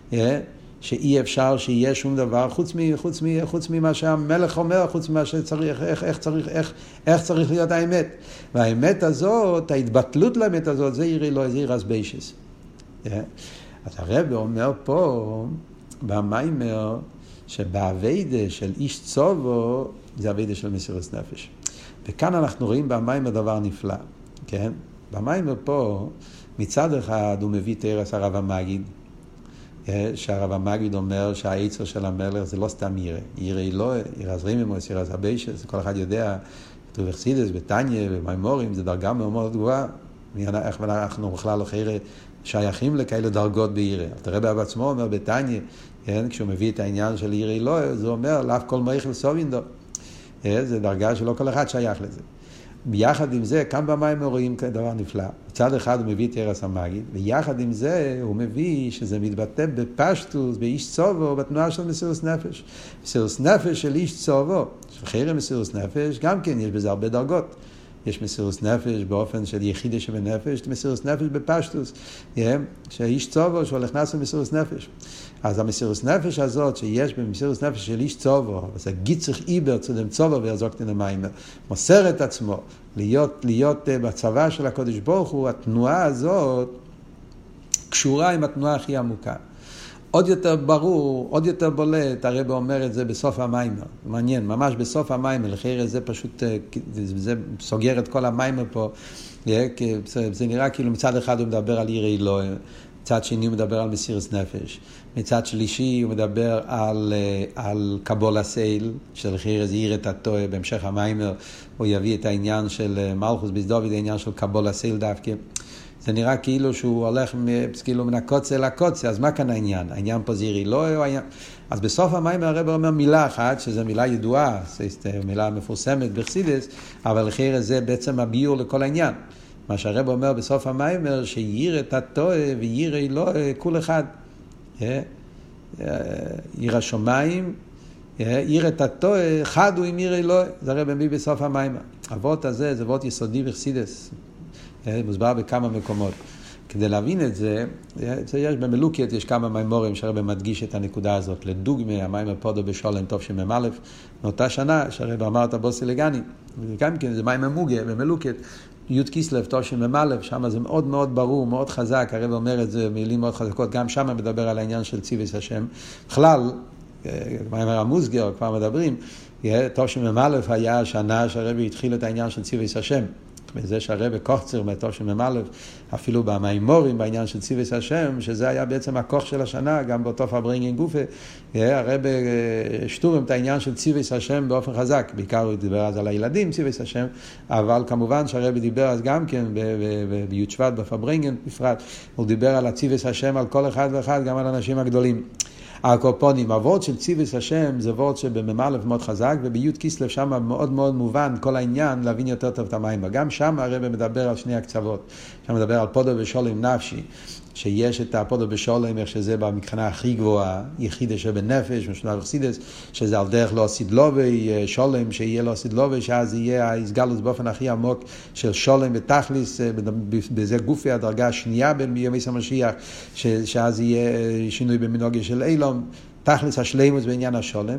A: שאי אפשר שיהיה שום דבר חוץ מ, חוץ מ, חוץ ממה שהמלך אומר, חוץ ממה שצריך, איך, איך צריך, איך, איך צריך להיות האמת. והאמת הזאת, ההתבטלות לאמת הזאת, זה יראה לו, זה יראת ביישס. אז הרב אומר פה, במיימר, שבעבודה של איש צובו, זה עבודה של מסירות נפש. וכאן אנחנו רואים במיימר דבר נפלא, כן? במיימר פה, מצד אחד הוא מביא תרס הרב המגיד, שהרב המגיד אומר שהעצר של המלך זה לא סתם יראה, יראה לא, יראת רוממוס, יראת ביישס, כל אחד יודע, כתוב בחסידות, בתניא, במיימורים, זה דרגה מאוד מאוד גבוהה, איך אנחנו בכלל לא חיירה שייכים לכאלה דרגות ביראה. אלתר רבי בעצמו אומר בתניא, כן, כשהוא מביא את העניין של יראה לא, זה אומר, לאף כל מייכל סובינדו, זה דרגה שלא כל אחד שייך לזה. ביחד עם זה, כאן במים רואים דבר נפלא. מצד אחד הוא מביא את ערש המגיד, ויחד עם זה הוא מביא שזה מתבטא בפשטוס, באיש צובו, בתנועה של מסירות נפש. מסירות נפש של איש צובו, של חרם מסירות נפש, גם כן יש בזה הרבה דרגות. יש מסירות נפש באופן של יחידה שבנפש, מסירות נפש בפשטוס, שאיש צובו שהולך נעשה מסירות נפש. אז המסירות נפש הזאת שיש במסירות נפש של איש צובו, זה גיצח איבר צודם צובו וירזוקתן המים, מוסר את עצמו, להיות, להיות בצבא של הקודש ברוך הוא, התנועה הזאת קשורה עם התנועה הכי עמוקה. עוד יותר ברור, עוד יותר בולט, הרב אומר את זה בסוף המיימר. מעניין, ממש בסוף המיימר, לכן זה פשוט, זה סוגר את כל המיימר פה, זה נראה כאילו מצד אחד הוא מדבר על עיר אלוהים, מצד שני הוא מדבר על מסירות נפש, מצד שלישי הוא מדבר על, על קבול הסייל, של חיר זה עיר את הטועה, בהמשך המיימר הוא יביא את העניין של מלכוס בסדוביד, העניין של קבול הסייל דווקא. זה נראה כאילו שהוא הולך כאילו מן הקוצה לקוצה, אז מה כאן העניין? העניין פה זה עיר אלוהים, העניין... אז בסוף המים הרב אומר מילה אחת, שזו מילה ידועה, זו מילה מפורסמת בחסידות, אבל חיר זה בעצם הביור לכל העניין. מה שהרב אומר בסוף המיימר, שיר את הטועה ויר אלוהים כל אחד. עיר השומיים, עיר את הטועה, חד הוא עם עיר אלוהים. זה הרב מביא בסוף המיימר. אבות הזה, זה אבות יסודי בחסידות. מוסבר בכמה מקומות. כדי להבין את זה, יש במלוקת, יש כמה מיימורים שהרב מדגיש את הנקודה הזאת. לדוגמה, המיימר פודו בשולם טוב שממלף, מאותה שנה שהרב אמר את הבוסי לגני. וגם כן, זה מיימר מוגה במלוקת. י' כיסלב טוב שממלף, שם זה מאוד מאוד ברור, מאוד חזק. הרב אומר את זה מילים מאוד חזקות. גם שם מדבר על העניין של ציוויס השם. בכלל, מיימר המוסגר, כבר מדברים, טוב שממלף היה השנה שהרב התחיל את העניין של ציוויס השם. בזה שהרב קוחצר מהטוב שממלף, אפילו במיימורים בעניין של ציוויס השם, שזה היה בעצם הכוח של השנה, גם באותו פברינגן גופה, הרב שטורם את העניין של ציוויס השם באופן חזק, בעיקר הוא דיבר אז על הילדים ציוויס השם, אבל כמובן שהרב דיבר אז גם כן בי' שבט בפברינגן בפרט, הוא דיבר על הציוויס השם על כל אחד ואחד, גם על האנשים הגדולים. הקופונים, הוורד של ציוויס השם זה וורד שבממלף מאוד חזק, ובי' כיסלב שם מאוד מאוד מובן כל העניין להבין יותר טוב את המים. גם שם הרב מדבר על שני הקצוות, שם מדבר על פודו ושולם נפשי, שיש את הפודו בשולם, איך שזה במקחנה הכי גבוהה, יחידה שבנפש, משנה וחסידס, שזה על דרך לא סידלובי, שולם, שיהיה לא סידלובי, שאז יהיה ההסגלות באופן הכי עמוק של שולם ותכליס, בזה גופי הדרגה השנייה בין ימי המשיח, שאז יהיה שינוי במנהגה של אילום, תכליס השלימוס בעניין השולם,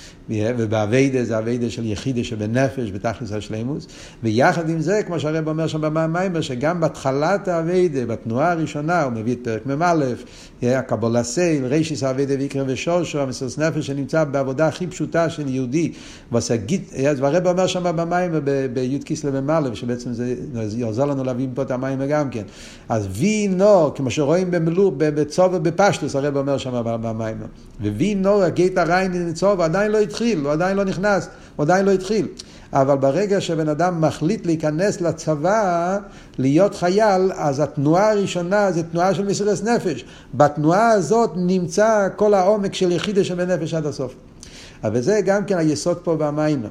A: ובעבודה זה עבודה של יחידה שבנפש בתכלס השלימוס, ויחד עם זה, כמו שהרב אומר שם במיימר, שגם בהתחלת העבודה, בתנועה הראשונה, הוא מביא את פרק ממלף, הקבול הסייל, רישיס העבודה ויקרא ושורשו, המסירות נפש שנמצא בעבודה הכי פשוטה של יהודי, והרב אומר שם במיימר, בי' כיסלב ממלף, שבעצם זה יעזור לנו להביא פה את המיימר גם כן. אז וינו, כמו שרואים בצובע בפשטוס, הרב אומר שם במיימר, ווינו, הגית הרעין נצובע, עדיין לא התחיל, הוא עדיין לא נכנס, הוא עדיין לא התחיל. אבל ברגע שבן אדם מחליט להיכנס לצבא, להיות חייל, אז התנועה הראשונה זה תנועה של מסירות נפש. בתנועה הזאת נמצא כל העומק של יחידה שבנפש עד הסוף. אבל זה גם כן היסוד פה במיימר.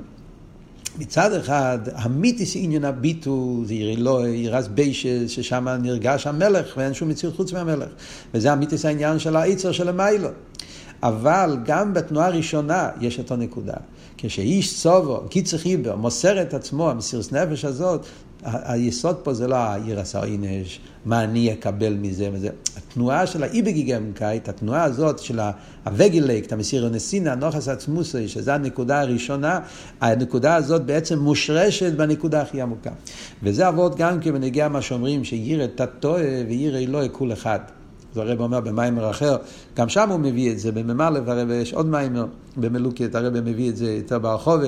A: מצד אחד, המיתיס עניין הביטו, זה יראה לו, ירס ביישס, ששם נרגש המלך, ואין שום מציאות חוץ מהמלך. וזה המיתיס העניין של העיצר של המיילו. אבל גם בתנועה הראשונה יש אותו נקודה. כשאיש צובו, קיצר חיבר, מוסר את עצמו, המסירות נפש הזאת, היסוד פה זה לא הירס העינש, מה אני אקבל מזה וזה. התנועה של האיבגיגמקאית, התנועה הזאת של הווגילקט, המסיר הנסינה, הנוחס עצמוסי, שזו הנקודה הראשונה, הנקודה הזאת בעצם מושרשת בנקודה הכי עמוקה. וזה עבוד גם כבנגיע מה שאומרים, שיר את הטועה ויר אלוהי כל אחד. זה הרב אומר במיימר אחר, גם שם הוא מביא את זה, בממלף הרב יש עוד מיימר, במלוקת הרב מביא את זה יותר ברחובה,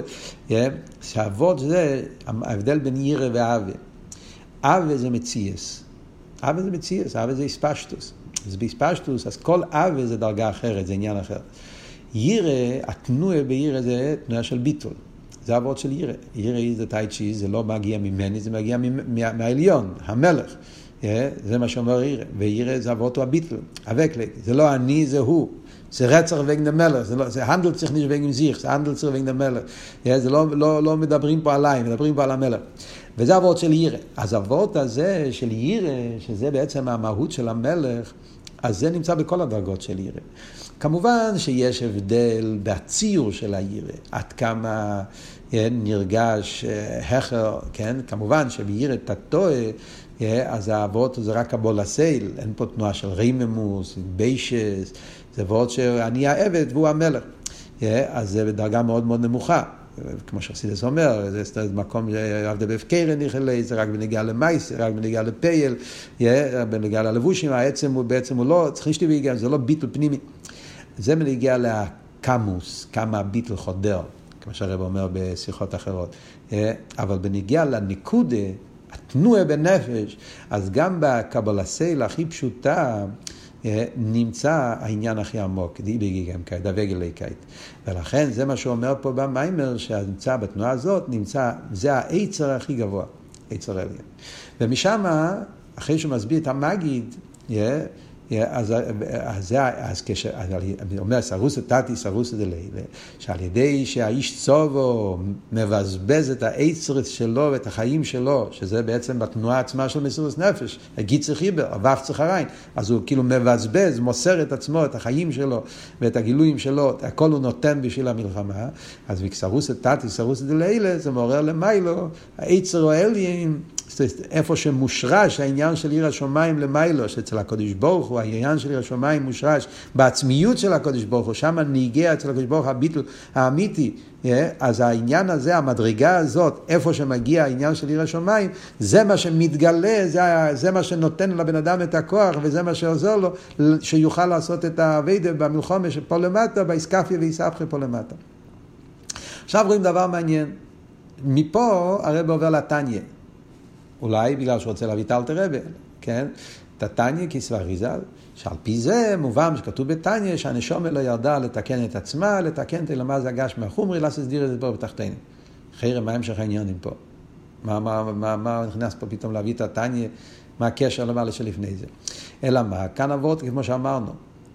A: שהעבוד זה ההבדל בין ירא ואהבה. אהבה זה מציאס, אהבה זה מציאס, אהבה זה איספשטוס. אז באיספשטוס, אז כל אהבה זה דרגה אחרת, זה עניין אחר. ירא, התנועה בירא זה תנועה של ביטול. זה העבוד של ירא. ירא זה טייצ'י, זה לא מגיע ממני, זה מגיע מהעליון, המלך. זה מה שאומר ירא, וירא זה אבות הוא הביטל, הווקלק, זה לא אני, זה הוא, זה רצח וגן המלך, זה, לא, זה הנדל צריך nicht wegen sich, זה הנדל צריך wegen המלך. זה לא, לא, לא מדברים פה עליי, מדברים פה על המלך. וזה הוורד של ירא. אז הוורד הזה של ירא, שזה בעצם המהות של המלך, אז זה נמצא בכל הדרגות של ירא. כמובן שיש הבדל בציור של הירא, עד כמה נרגש החר, כן? כמובן שבירא תתוה, אז הוורד זה רק הבול הסייל, אין פה תנועה של ריממוס, ביישס, זה וורד שאני העבד והוא המלך. אז זה בדרגה מאוד מאוד נמוכה. כמו שחסידס אומר, זה מקום שעבדה בהפקרן נכלה, זה רק בנגיעה למייס, רק בנגיעה לפייל, בנגיעה ללבושים, העצם הוא בעצם הוא לא, צריך שתי ביגע, זה לא ביטל פנימי. זה מנגיע לקמוס, כמה ביטל חודר, כמו שהרב אומר בשיחות אחרות. אבל בנגיע לניקודה, התנועה בנפש, אז גם בקבלסייל הכי פשוטה, נמצא העניין הכי עמוק, דיבי גם כעת, דווגלי כעת. ולכן זה מה שהוא אומר פה במיימר, שנמצא בתנועה הזאת, נמצא, זה העצר הכי גבוה, עצר עליון. ומשם, אחרי שהוא מסביר את המגיד, אז זה, אז כש, אני אומר, סרוסה תתי, סרוסה דלילה, שעל ידי שהאיש צובו מבזבז את העצר שלו ואת החיים שלו, שזה בעצם בתנועה עצמה של מסירות נפש, הגיצר חיבר, אבף צחריים, אז הוא כאילו מבזבז, מוסר את עצמו, את החיים שלו ואת הגילויים שלו, הכל הוא נותן בשביל המלחמה, אז סרוסה תתי, סרוסה דלילה, זה מעורר למיילו, העצר או אליים, איפה שמושרש העניין של עיר השומיים למיילו, שאצל הקודש ברוך הוא, העניין של עיר השומיים מושרש בעצמיות של הקודש ברוך הוא, שם נהיגה אצל הקודש ברוך הביטל האמיתי, אז העניין הזה, המדרגה הזאת, איפה שמגיע העניין של עיר השומיים, זה מה שמתגלה, זה, זה מה שנותן לבן אדם את הכוח, וזה מה שעוזר לו, שיוכל לעשות את העבודה במלחמה שפה למטה, באסקפיה ואיסבכה פה למטה. עכשיו רואים דבר מעניין, מפה הרב עובר לתניה, אולי בגלל שהוא רוצה להביא את אלתר רבי, כן? תתניה כסבר ריזל, שעל פי זה מובן שכתוב בתניה שהנשמה לא ירדה לתקן את עצמה, לתקן את למה זה הגש מהחומרי, להסדיר את זה פה בתחתינו. חיירם, מה המשך העניינים פה? מה, מה, מה, מה נכנס פה פתאום להביא את התניה? מה הקשר למעלה שלפני זה? אלא מה? כאן עבוד, כמו שאמרנו,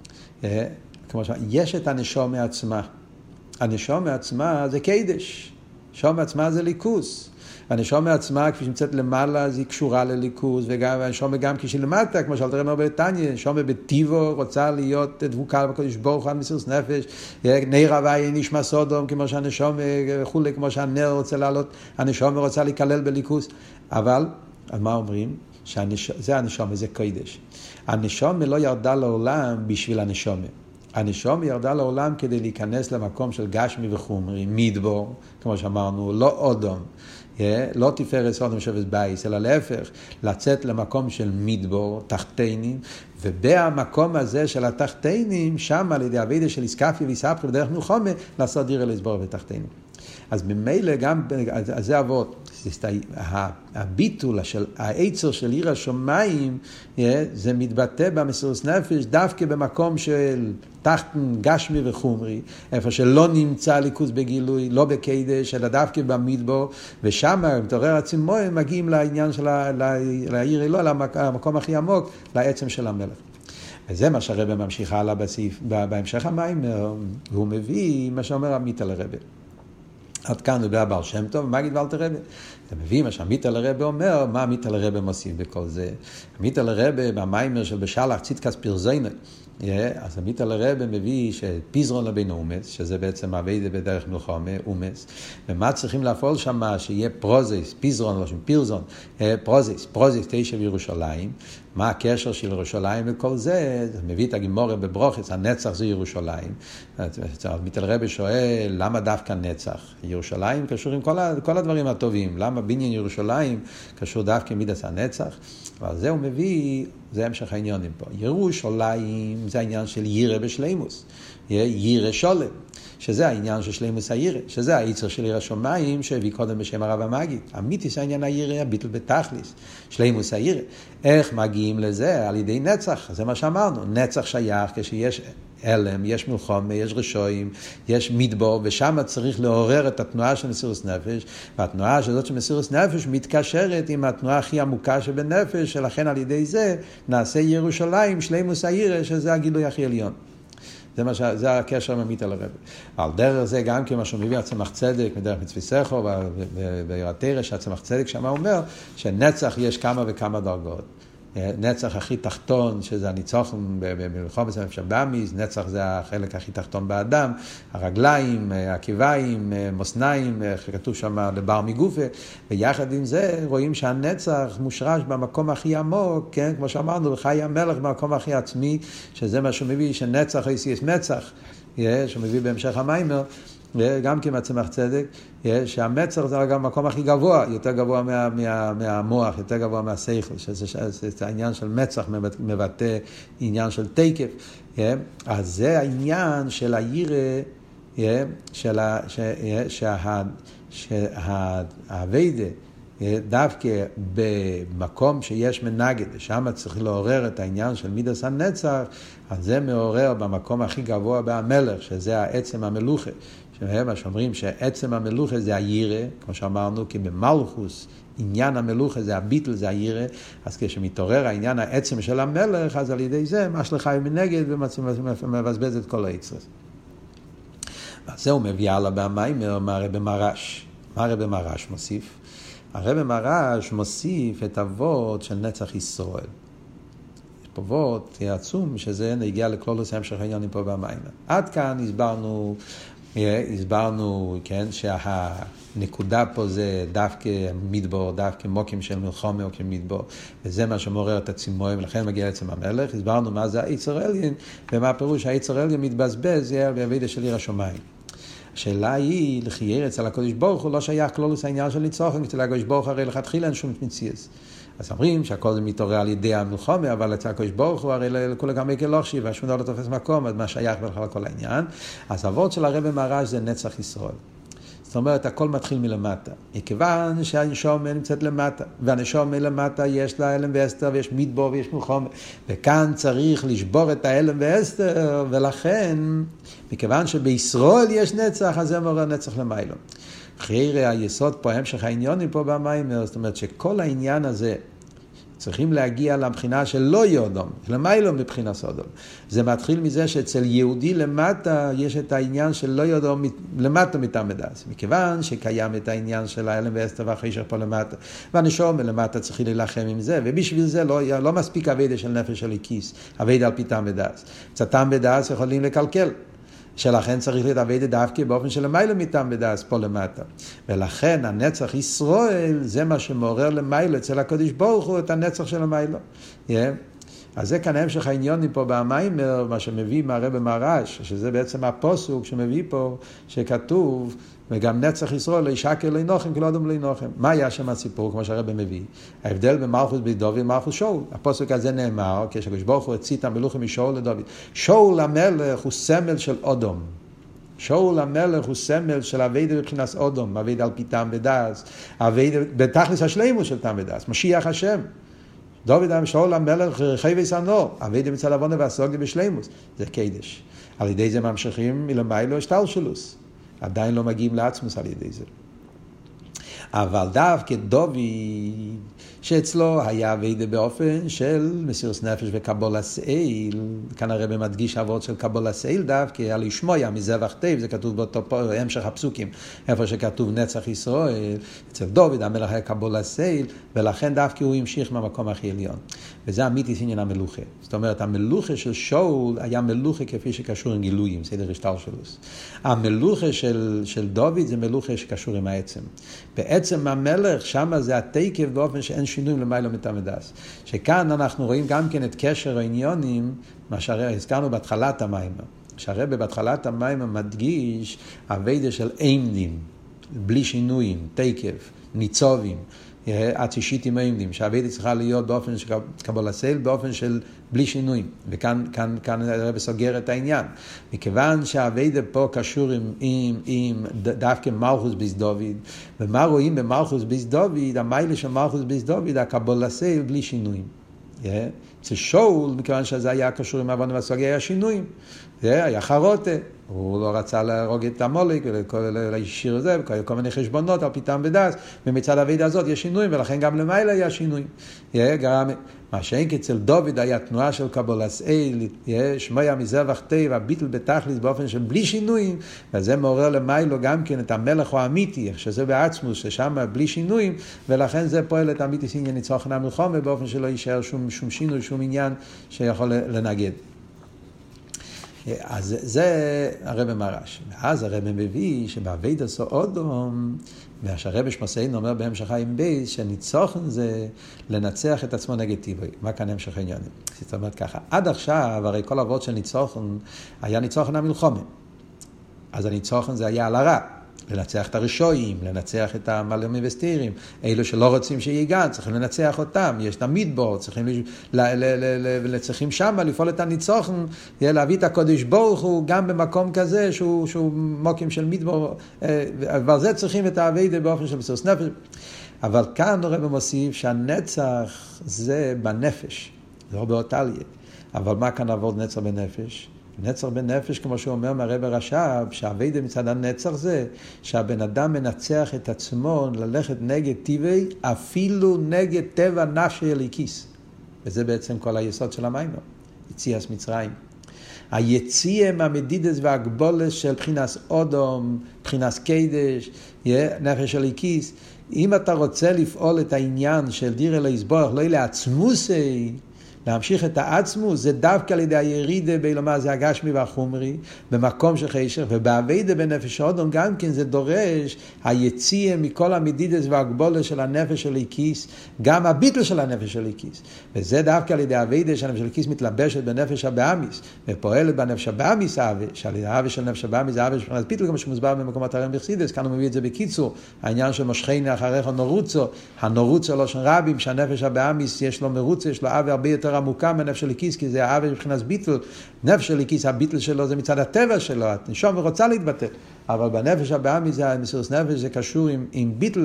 A: כמו שאמרנו, יש את הנשמה עצמה. הנשמה עצמה זה קדש. הנשמה עצמה זה ליכוס. הנשמה עצמה, כפי שנמצאת למעלה, אז היא קשורה לליכוז, וגם הנשמה גם כשלמטה, כמו שאלתר אומר בתניא, הנשמה בטיבו רוצה להיות דבוקה בקדוש ברוך הוא, מסירות נפש, נר הווי נשמע סודום, כמו שהנשמה וכולי, כמו שהנר רוצה לעלות, הנשמה רוצה להיכלל בליכוז. אבל, אז מה אומרים? שזה הנשמה, זה קודש. הנשמה לא ירדה לעולם בשביל הנשמה. הנשמה ירדה לעולם כדי להיכנס למקום של גשמי וחומרי, מדבור, כמו שאמרנו, לא אודום. לא תפארת אדם שבט בייס, אלא להפך, לצאת למקום של מדבור, תחתינים, ובמקום הזה של התחתינים, שם על ידי הוידה של איסקפיה ואיסבכה בדרך מלחמה, לעשות דירה לסבור בתחתינים. אז ממילא גם, אז זה אבות, הביטול של העצר של עיר השומיים, זה מתבטא במסירות נפש דווקא במקום של תחתן גשמי וחומרי, איפה שלא נמצא ליכוז בגילוי, לא בקדש, אלא דווקא במדבור, ושם מתעורר הצימויים מגיעים לעניין של העיר אלוה, למקום הכי עמוק, לעצם של המלך. וזה מה שהרבא ממשיך הלאה בסעיף, בהמשך המיימר, והוא מביא מה שאומר עמיתא לרבא. עד כאן הוא בא בעל שם טוב, מה גיד ואלתר רבא? אתה מביא מה שעמיתא לרבא אומר, מה עמיתא לרבא מוסיף בכל זה? עמיתא לרבא במיימר של בשלח צדקת פרזיינא, אז עמיתא לרבא מביא שפיזרון לבין אומץ, שזה בעצם עבודה בדרך מלחמה, אומץ, ומה צריכים לפעול שם? שיהיה פרוזיס, פיזרון, לא שם פירזון, פרוזיס, פרוזיס תשע בירושלים, מה הקשר של ירושלים וכל זה? זה מביא את הגימורה בברוכס, הנצח זה ירושלים. עמיתא לרבא שואל, למה דווקא נצח? ירושלים קשור עם כל, כל הדברים הטובים, למה בניין ירושלים קשור דווקא מידס הנצח? אבל זה הוא מביא, זה המשך העניינים פה. ירושלים זה העניין של ירא בשלימוס, ירא שולם, שזה העניין של שלימוס הירא, שזה היצר של ירא שמיים שהביא קודם בשם הרב המגיד. אמיתיס העניין הירא, הביטל בתכליס, שלימוס הירא. איך מגיעים לזה? על ידי נצח, זה מה שאמרנו. נצח שייך כשיש אלם, יש מלחמה, יש רשועים, יש מדבור, ושם צריך לעורר את התנועה של מסירות נפש, והתנועה הזאת של מסירות נפש מתקשרת עם התנועה הכי עמוקה שבנפש, שלכן על ידי זה נעשה ירושלים, שלימוס הירא, שזה הגילוי הכי עליון. זה, מה ש... זה הקשר ממית על הרב. על דרך זה גם כמה שהוא מביא הצמח צדק, מדרך מצווי סכו, וירתרש, שהצמח צדק שמה אומר, שנצח יש כמה וכמה דרגות. נצח הכי תחתון, שזה הניצוחון במלחמת שבאמיס, נצח זה החלק הכי תחתון באדם, הרגליים, הקיביים, מוסניים, כתוב שם לבר מגופה, ויחד עם זה רואים שהנצח מושרש במקום הכי עמוק, כן? כמו שאמרנו, חי המלך במקום הכי עצמי, שזה מה שהוא מביא, שנצח יש מצח, שהוא מביא בהמשך המיימר, וגם כמצמח צדק, שהמצח זה גם המקום הכי גבוה, יותר גבוה מה, מה, מהמוח, יותר גבוה מהשכל, שזה, שזה העניין של מצח מבטא עניין של תקף. אז זה העניין של הירא, של שהאביידה, דווקא במקום שיש מנגד, שם צריך לעורר את העניין של מידס הנצח, אז זה מעורר במקום הכי גבוה במלך, שזה העצם המלוכה. מה שאומרים שעצם המלוכה זה הירא, כמו שאמרנו, כי במלכוס עניין המלוכה זה הביטל, זה הירא, אז כשמתעורר העניין העצם של המלך, אז על ידי זה מש לחי מנגד ומבזבז את כל היצרס. אז זה הוא מביא הלאה במיימר, מה הרב מרש. מה הרב מרש מוסיף? הרב מרש מוסיף את אבות של נצח ישראל. יש פה אבות עצום שזה נגיע לכלולוס המשך העניינים פה במיימר. עד כאן הסברנו הסברנו, כן, שהנקודה פה זה דווקא מדבור, דווקא מוקים של מלחמה או כמדבור, וזה מה שמעורר את הצימויים, ולכן מגיע עצם המלך. הסברנו מה זה היצר עליון, ומה הפירוש היצר עליון מתבזבז, יהיה בעבודה של עיר השמיים. השאלה היא, לחייר אצל הקדוש ברוך הוא לא שייך כלולוס העניין של ניצוחן, אצל הקדוש ברוך הרי לכתחילה אין שום מציאות. אז אומרים שהכל זה מתעורר על ידי המלחמה, אבל אצל הקדוש ברוך הוא הרי לכולם גם מקל לא חשיב, והשום דבר לא תופס מקום, אז מה שייך בכלל כל העניין. אז אבות של הרב מרש זה נצח ישראל. זאת אומרת, הכל מתחיל מלמטה. מכיוון שהנשמה נמצאת למטה, והנשמה למטה יש לה אלם ואסתר, ויש מדבור ויש מלחמה, וכאן צריך לשבור את האלם ואסתר, ולכן, מכיוון שבישראל יש נצח, אז זה מעורר נצח למיילו. חייר היסוד פה, המשך העניונים פה במיימר, זאת אומרת שכל העניין הזה צריכים להגיע לבחינה של לא יודום, למיילו מבחינה סודום. זה מתחיל מזה שאצל יהודי למטה יש את העניין של לא יודום למטה מתעמדס, מכיוון שקיים את העניין של האלם ואסתר והחישר פה למטה, והנשמה למטה צריכים להילחם עם זה, ובשביל זה לא, לא מספיק עבודה של נפש של הכיס, עבודה על פי תעמדס. קצת תעמדס יכולים לקלקל. שלכן צריך להתעבד דווקא באופן של מיילו מטעם בדעת פה למטה. ולכן הנצח ישראל זה מה שמעורר למיילו אצל הקדוש ברוך הוא את הנצח של המיילו. Yeah. אז זה כאן המשך העניונים פה במיימר, מה שמביא מהרב מרש, שזה בעצם הפוסוק שמביא פה, שכתוב, וגם נצח ישראל לא ישקר לא ינוחם, כלא אדום לא ינוחם. מה היה שם הסיפור, כמו שהרב מביא? ההבדל בין מלכוס בדוד ומלכוס שאול. הפוסק הזה נאמר, כשהקדוש ברוך הוא הוציא את המלוכה משאול לדוד. שאול המלך הוא סמל של אדום. שאול המלך הוא סמל של עבודה בבחינת אדום, עבודה על פי טעם ודעת, עבודה בתכלס השלימות של טעם ודעת, משיח השם. דוד שאול המלך חייבי סנור, עבודה מצד עוונה והסוגיה בשלימות. זה קדש. על ידי זה ממשיכים מלמיילו השתלשלוס. עדיין לא מגיעים לעצמוס על ידי זה. אבל דווקא דוד, שאצלו היה עבודה באופן של מסירות נפש וקבולת סייל, כאן הרב מדגיש אבות של קבולת סייל דווקא, על ישמעיה מזבח טוב, זה כתוב באותו המשך הפסוקים, איפה שכתוב נצח ישראל, אצל דוד המלך היה קבולת סייל, ולכן דווקא הוא המשיך מהמקום הכי עליון. וזה אמיתי עניין המלוכה. זאת אומרת, המלוכה של שאול היה מלוכה כפי שקשור עם גילויים, סדר השתלשלות. המלוכה של, של דוד זה מלוכה שקשור עם העצם. בעצם המלך, שם זה התקף באופן שאין שינויים למיילו מתעמדס. שכאן אנחנו רואים גם כן את קשר העניונים, מה שהרי הזכרנו בהתחלת המים. שהרבא בהתחלת המים מדגיש עבודה של עמדים, בלי שינויים, תקף, ניצובים, עד שישיתים העמדים, שהעבודה צריכה להיות באופן של קבולת סייל, באופן של בלי שינויים. וכאן כאן, כאן הרבא סוגר את העניין. מכיוון שהעבודה פה קשור עם, עם, עם דווקא מלכוס ביס דוד, ומה רואים במלכוס ביס דוד, המיילה של מלכוס ביס דוד, הקבולת סייל בלי שינויים. אצל שאול, מכיוון שזה היה קשור עם עוונה והסוגיה, היה שינויים. זה היה חרוטה. הוא לא רצה להרוג את המולק ולהשאיר את זה, וכל מיני חשבונות על פיתם ודס, ומצד הוידה הזאת יש שינויים, ולכן גם למעלה היה שינויים. מה שאין אצל דוד היה תנועה של קבולת אל, שמוע מזבח טבע, ביטל בתכלית באופן של בלי שינויים, וזה מעורר למעלה גם כן את המלך האמיתי, שזה בעצמו, ששם בלי שינויים, ולכן זה פועל את האמיתי עניין ניצחון המלחמה, באופן שלא יישאר שום, שום שינוי, שום עניין שיכול לנגד. אז זה הרב מרש. ואז הרב מביא שבעבד עשו אודום, והרב שמוסיין אומר בהמשך חיים בייס, שניצוחן זה לנצח את עצמו נגד טבעי. מה כאן המשך העניינים? זאת אומרת ככה, עד עכשיו, הרי כל אבות של ניצוחן, היה ניצוחן המלחמה. אז הניצוחן זה היה על הרע. לנצח את הרשועים, לנצח את המלאמים וסתירים, אלו שלא רוצים שיגן, צריכים לנצח אותם, יש את המדבור, צריכים, צריכים שם לפעול את הניצוחן, להביא את הקודש ברוך הוא גם במקום כזה שהוא, שהוא מוקים של מדבור, ועל זה צריכים את העבודה באופן של מסירות נפש. אבל כאן הרב מוסיף שהנצח זה בנפש, זה לא באותליה. אבל מה כאן עבוד נצח בנפש? נצח בנפש, כמו שהוא אומר מהרב הרש"ב, שהעבודה מצד הנצח זה שהבן אדם מנצח את עצמו ללכת נגד טבעי, אפילו נגד טבע נפשי אלוקיס. וזה בעצם כל היסוד של המיימר, יציאת מצרים. היציאה מהמדידס והגבולס של בחינס אודום, בחינס קדש, נפש אלוקיס. אם אתה רוצה לפעול את העניין של דיר אלוהי יסבורך, לא יהיה עצמוסי, להמשיך את העצמו, זה דווקא על ידי הירידה באילומה, זה הגשמי והחומרי, במקום של חשך, ובעבודה בנפש האודום גם כן זה דורש היציאה מכל המדידס והגבולה של הנפש של הליקיס, גם הביטל של הנפש של הליקיס. וזה דווקא על ידי העבודה שהנפש של הליקיס מתלבשת בנפש הבאמיס, ופועלת בנפש הבאמיס האווה, שעל ידי האווה של נפש הבאמיס, האווה של מבחינת ביטל, כמו שמוסבר במקומות הרם בחסידות, כאן הוא מביא את זה בקיצור, העניין של מושכני אחריך נורוצו, הנורוצו לא של רבים, שהנפש הבאמיס יש לו מרוצה, יש לו האווה הרבה יותר עמוקה מהנפש הליקיס, כי זה האווה מבחינת ביטל. נפש הליקיס, הביטל שלו זה מצד הטבע שלו, הנשום ורוצה להתבטל. אבל בנפש הבאמי זה, מסירות נפש זה קשור עם, עם ביטל,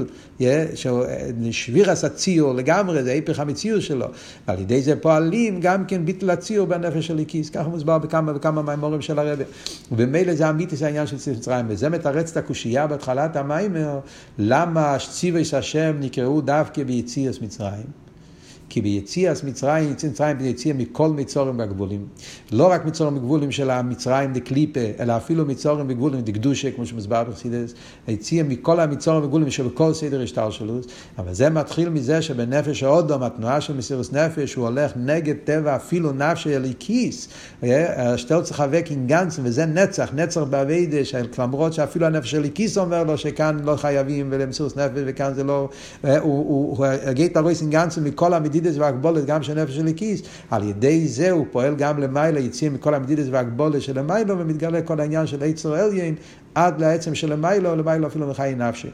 A: ששביר עשה ציור לגמרי, זה היפך המציור שלו. ועל ידי זה פועלים גם כן ביטל הציור בנפש הליקיס, ככה מוסבר בכמה וכמה מהמורים של הרב. ובמילא זה אמיתי, זה העניין של יציאת מצרים, וזה מתרץ את הקושייה בהתחלת המיימר, למה ציווי השם נקראו דווקא ביציאת מצרים? כי ביציאת מצרים, יציאת מצרים ביציאה מכל מצורים בגבולים. לא רק מצורים בגבולים של המצרים דקליפה, אלא אפילו מצורים בגבולים דקדושה, כמו שמסבר בחסידות, היציאה מכל המצורים בגבולים שבכל סדר השתלשלות. אבל זה מתחיל מזה שבנפש האודום, התנועה של מסירות נפש, הוא הולך נגד טבע אפילו נפשי אלוקיס. השתל צריך להיאבק עם גנץ, וזה נצח, נצח בעבודה, למרות שאפילו הנפש אלוקיס אומר לו שכאן לא חייבים ולמסירות נפש, וכאן זה לא, הוא הגית תלויס עם גנץ מכל המדידס והגבולת גם של נפש הליקיס, על ידי זה הוא פועל גם למעלה, יציאה מכל המדידס והגבולת של למעלה, ומתגלה כל העניין של יצר עליין, עד לעצם של למעלה, או למעלה אפילו מחיי נפשי.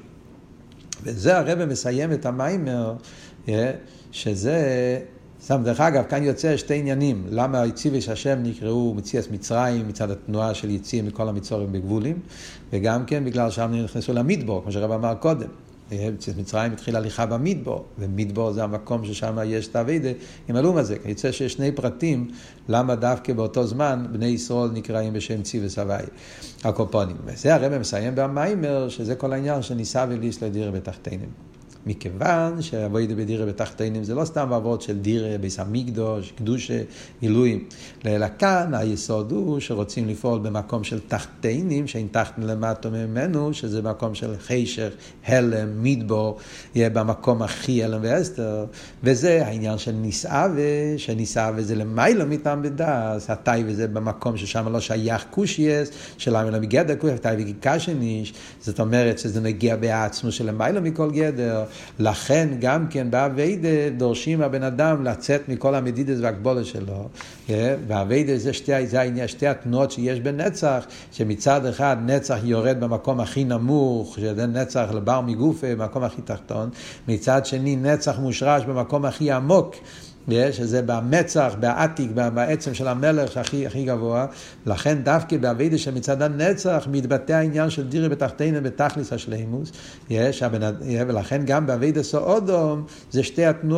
A: וזה הרב מסיים את המיימר, שזה, סתם דרך אגב, כאן יוצא שתי עניינים, למה יציבי שהשם נקראו מציאת מצרים, מצד התנועה של יציאה מכל המצורים בגבולים, וגם כן בגלל שם נכנסו למדבור, כמו שהרב אמר קודם. יציאת מצרים התחילה הליכה במדבור, ומדבור זה המקום ששם יש את העבודה עם הלום הזה. יצא שיש שני פרטים למה דווקא באותו זמן בני ישראל נקראים בשם צי וסבי הקופונים. וזה הרב מסיים במיימר, שזה כל העניין שניסה וליס לדירה בתחתינים. מכיוון שהעבודה בדירה בתחתינים זה לא סתם עבוד של דירה, ביס המקדוש, קדושה, גילויים. אלא כאן היסוד הוא שרוצים לפעול במקום של תחתינים, שאין תחתן למטה ממנו, שזה מקום של חשך, הלם, מדבור, יהיה במקום הכי הלם ואסתר. וזה העניין של נישאה, שנישאה וזה למעלה מטעם בדס, התאי וזה במקום ששם לא שייך קושייס, שלמה לא מגדר קושייס, התאי וגיקשניש, זאת אומרת שזה מגיע בעצמו של למעלה מכל גדר. לכן גם כן בעבודה דורשים מהבן אדם לצאת מכל המדידס והגבולת שלו, והעבודה זה שתי, זה העניין, שתי התנועות שיש בנצח, שמצד אחד נצח יורד במקום הכי נמוך, שזה נצח לבר מגופה, במקום הכי תחתון, מצד שני נצח מושרש במקום הכי עמוק, שזה במצח, בעתיק, בעצם של המלך הכי, הכי גבוה. לכן דווקא בעבודה שמצד הנצח מתבטא העניין של דירה בתחתינו בתכלס השלימוס, ולכן גם בעבודה סעודום זה שתי התנועות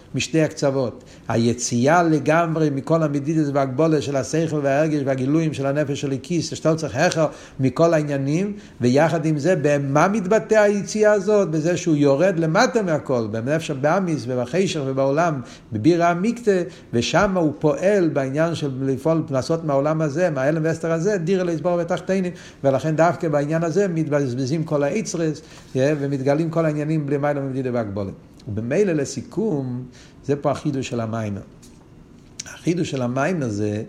A: משתי הקצוות. היציאה לגמרי מכל המדידות והגבולת של השכל וההרגש והגילויים של הנפש של הכיס, שאתה צריך אחר מכל העניינים, ויחד עם זה, במה מתבטא היציאה הזאת? בזה שהוא יורד למטה מהכל, בנפש הבאמיס ובחשך ובעולם, בבירה המקטה, ושם הוא פועל בעניין של לפעול, לעשות מהעולם הזה, מהאלם והסתר הזה, דיר להסבור ותחתינים, ולכן דווקא בעניין הזה מתבזבזים כל היצרס, ומתגלים כל העניינים בלי מילה מבדידה והגבולת. ובמילא לסיכום, זה פה החידוש של המים. החידוש של המים הזה,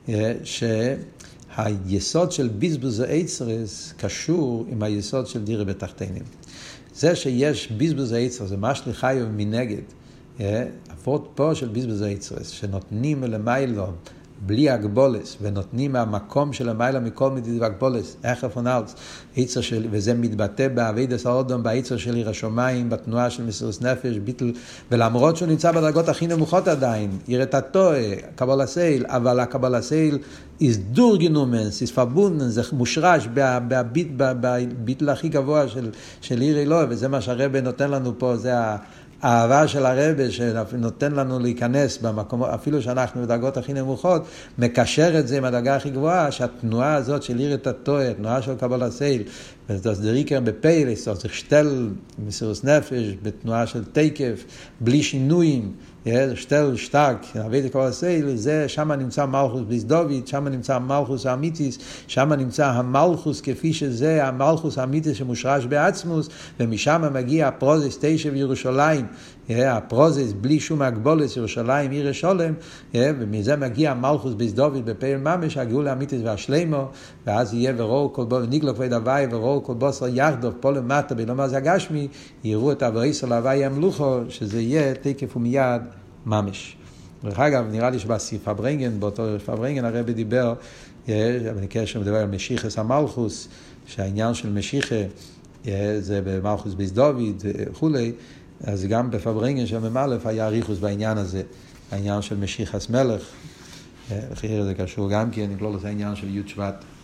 A: שהיסוד של בזבוז היצרס קשור עם היסוד של דירה בתחתינים. זה שיש בזבוז היצרס, זה מה שליחי מנגד, הפורט פה של בזבוז היצרס, שנותנים למיילו, בלי הגבולס, ונותנים מהמקום של המילה מכל מדיד והגבולס, איך הפונלס, יצר של, וזה מתבטא בעבידת האודום, ביצר של עיר השומיים, בתנועה של מסירות נפש, ביטל, ולמרות שהוא נמצא בדרגות הכי נמוכות עדיין, יראת הטועה, קבל הסייל, אבל הקבל הסייל, is durgenommen, ist verbunden, זה מושרש בביטל הכי גבוה של, של עיר אלוה, וזה מה שהרבא נותן לנו פה, זה ה... האהבה של הרבא שנותן לנו להיכנס במקום, אפילו שאנחנו בדרגות הכי נמוכות, מקשר את זה עם הדרגה הכי גבוהה, שהתנועה הזאת של עיר את הטועה, תנועה של קבל הסייל, וזה דריקר בפיילס, זה שתל מסירות נפש, בתנועה של תקף, בלי שינויים, שתל שטק, עבד קבל הסייל, זה שם נמצא מלכוס בזדובית, שם נמצא מלכוס האמיתיס, שם נמצא המלכוס כפי שזה, המלכוס האמיתיס שמושרש בעצמוס, ומשם מגיע הפרוזס תשע בירושלים, הפרוזס בלי שום הגבולת, ירושלים עיר השולם, ומזה מגיע המלכוס בזדובית בפייל ממש, הגאולה האמיתיס והשלמו, ואז יהיה ורואו כל בו, ניגלו כבד הוואי, ורואו כל בוסר יחדוף, פה למטה, בלומר זה הגשמי, יראו את הבריסו להוואי ימלוכו, שזה יהיה תקף ומיד ממש. דרך אגב, נראה לי שבפברנגן, באותו פברנגן הרבי דיבר, בנקרא שמדבר על משיחס המלכוס, שהעניין של משיחה זה במלכוס בזדובית וכולי, אז גם בפברנגן של ממלף היה ריחוס בעניין הזה, העניין של משיחס מלך, אחרי זה קשור גם כי אני לא לזה העניין של י' שבט.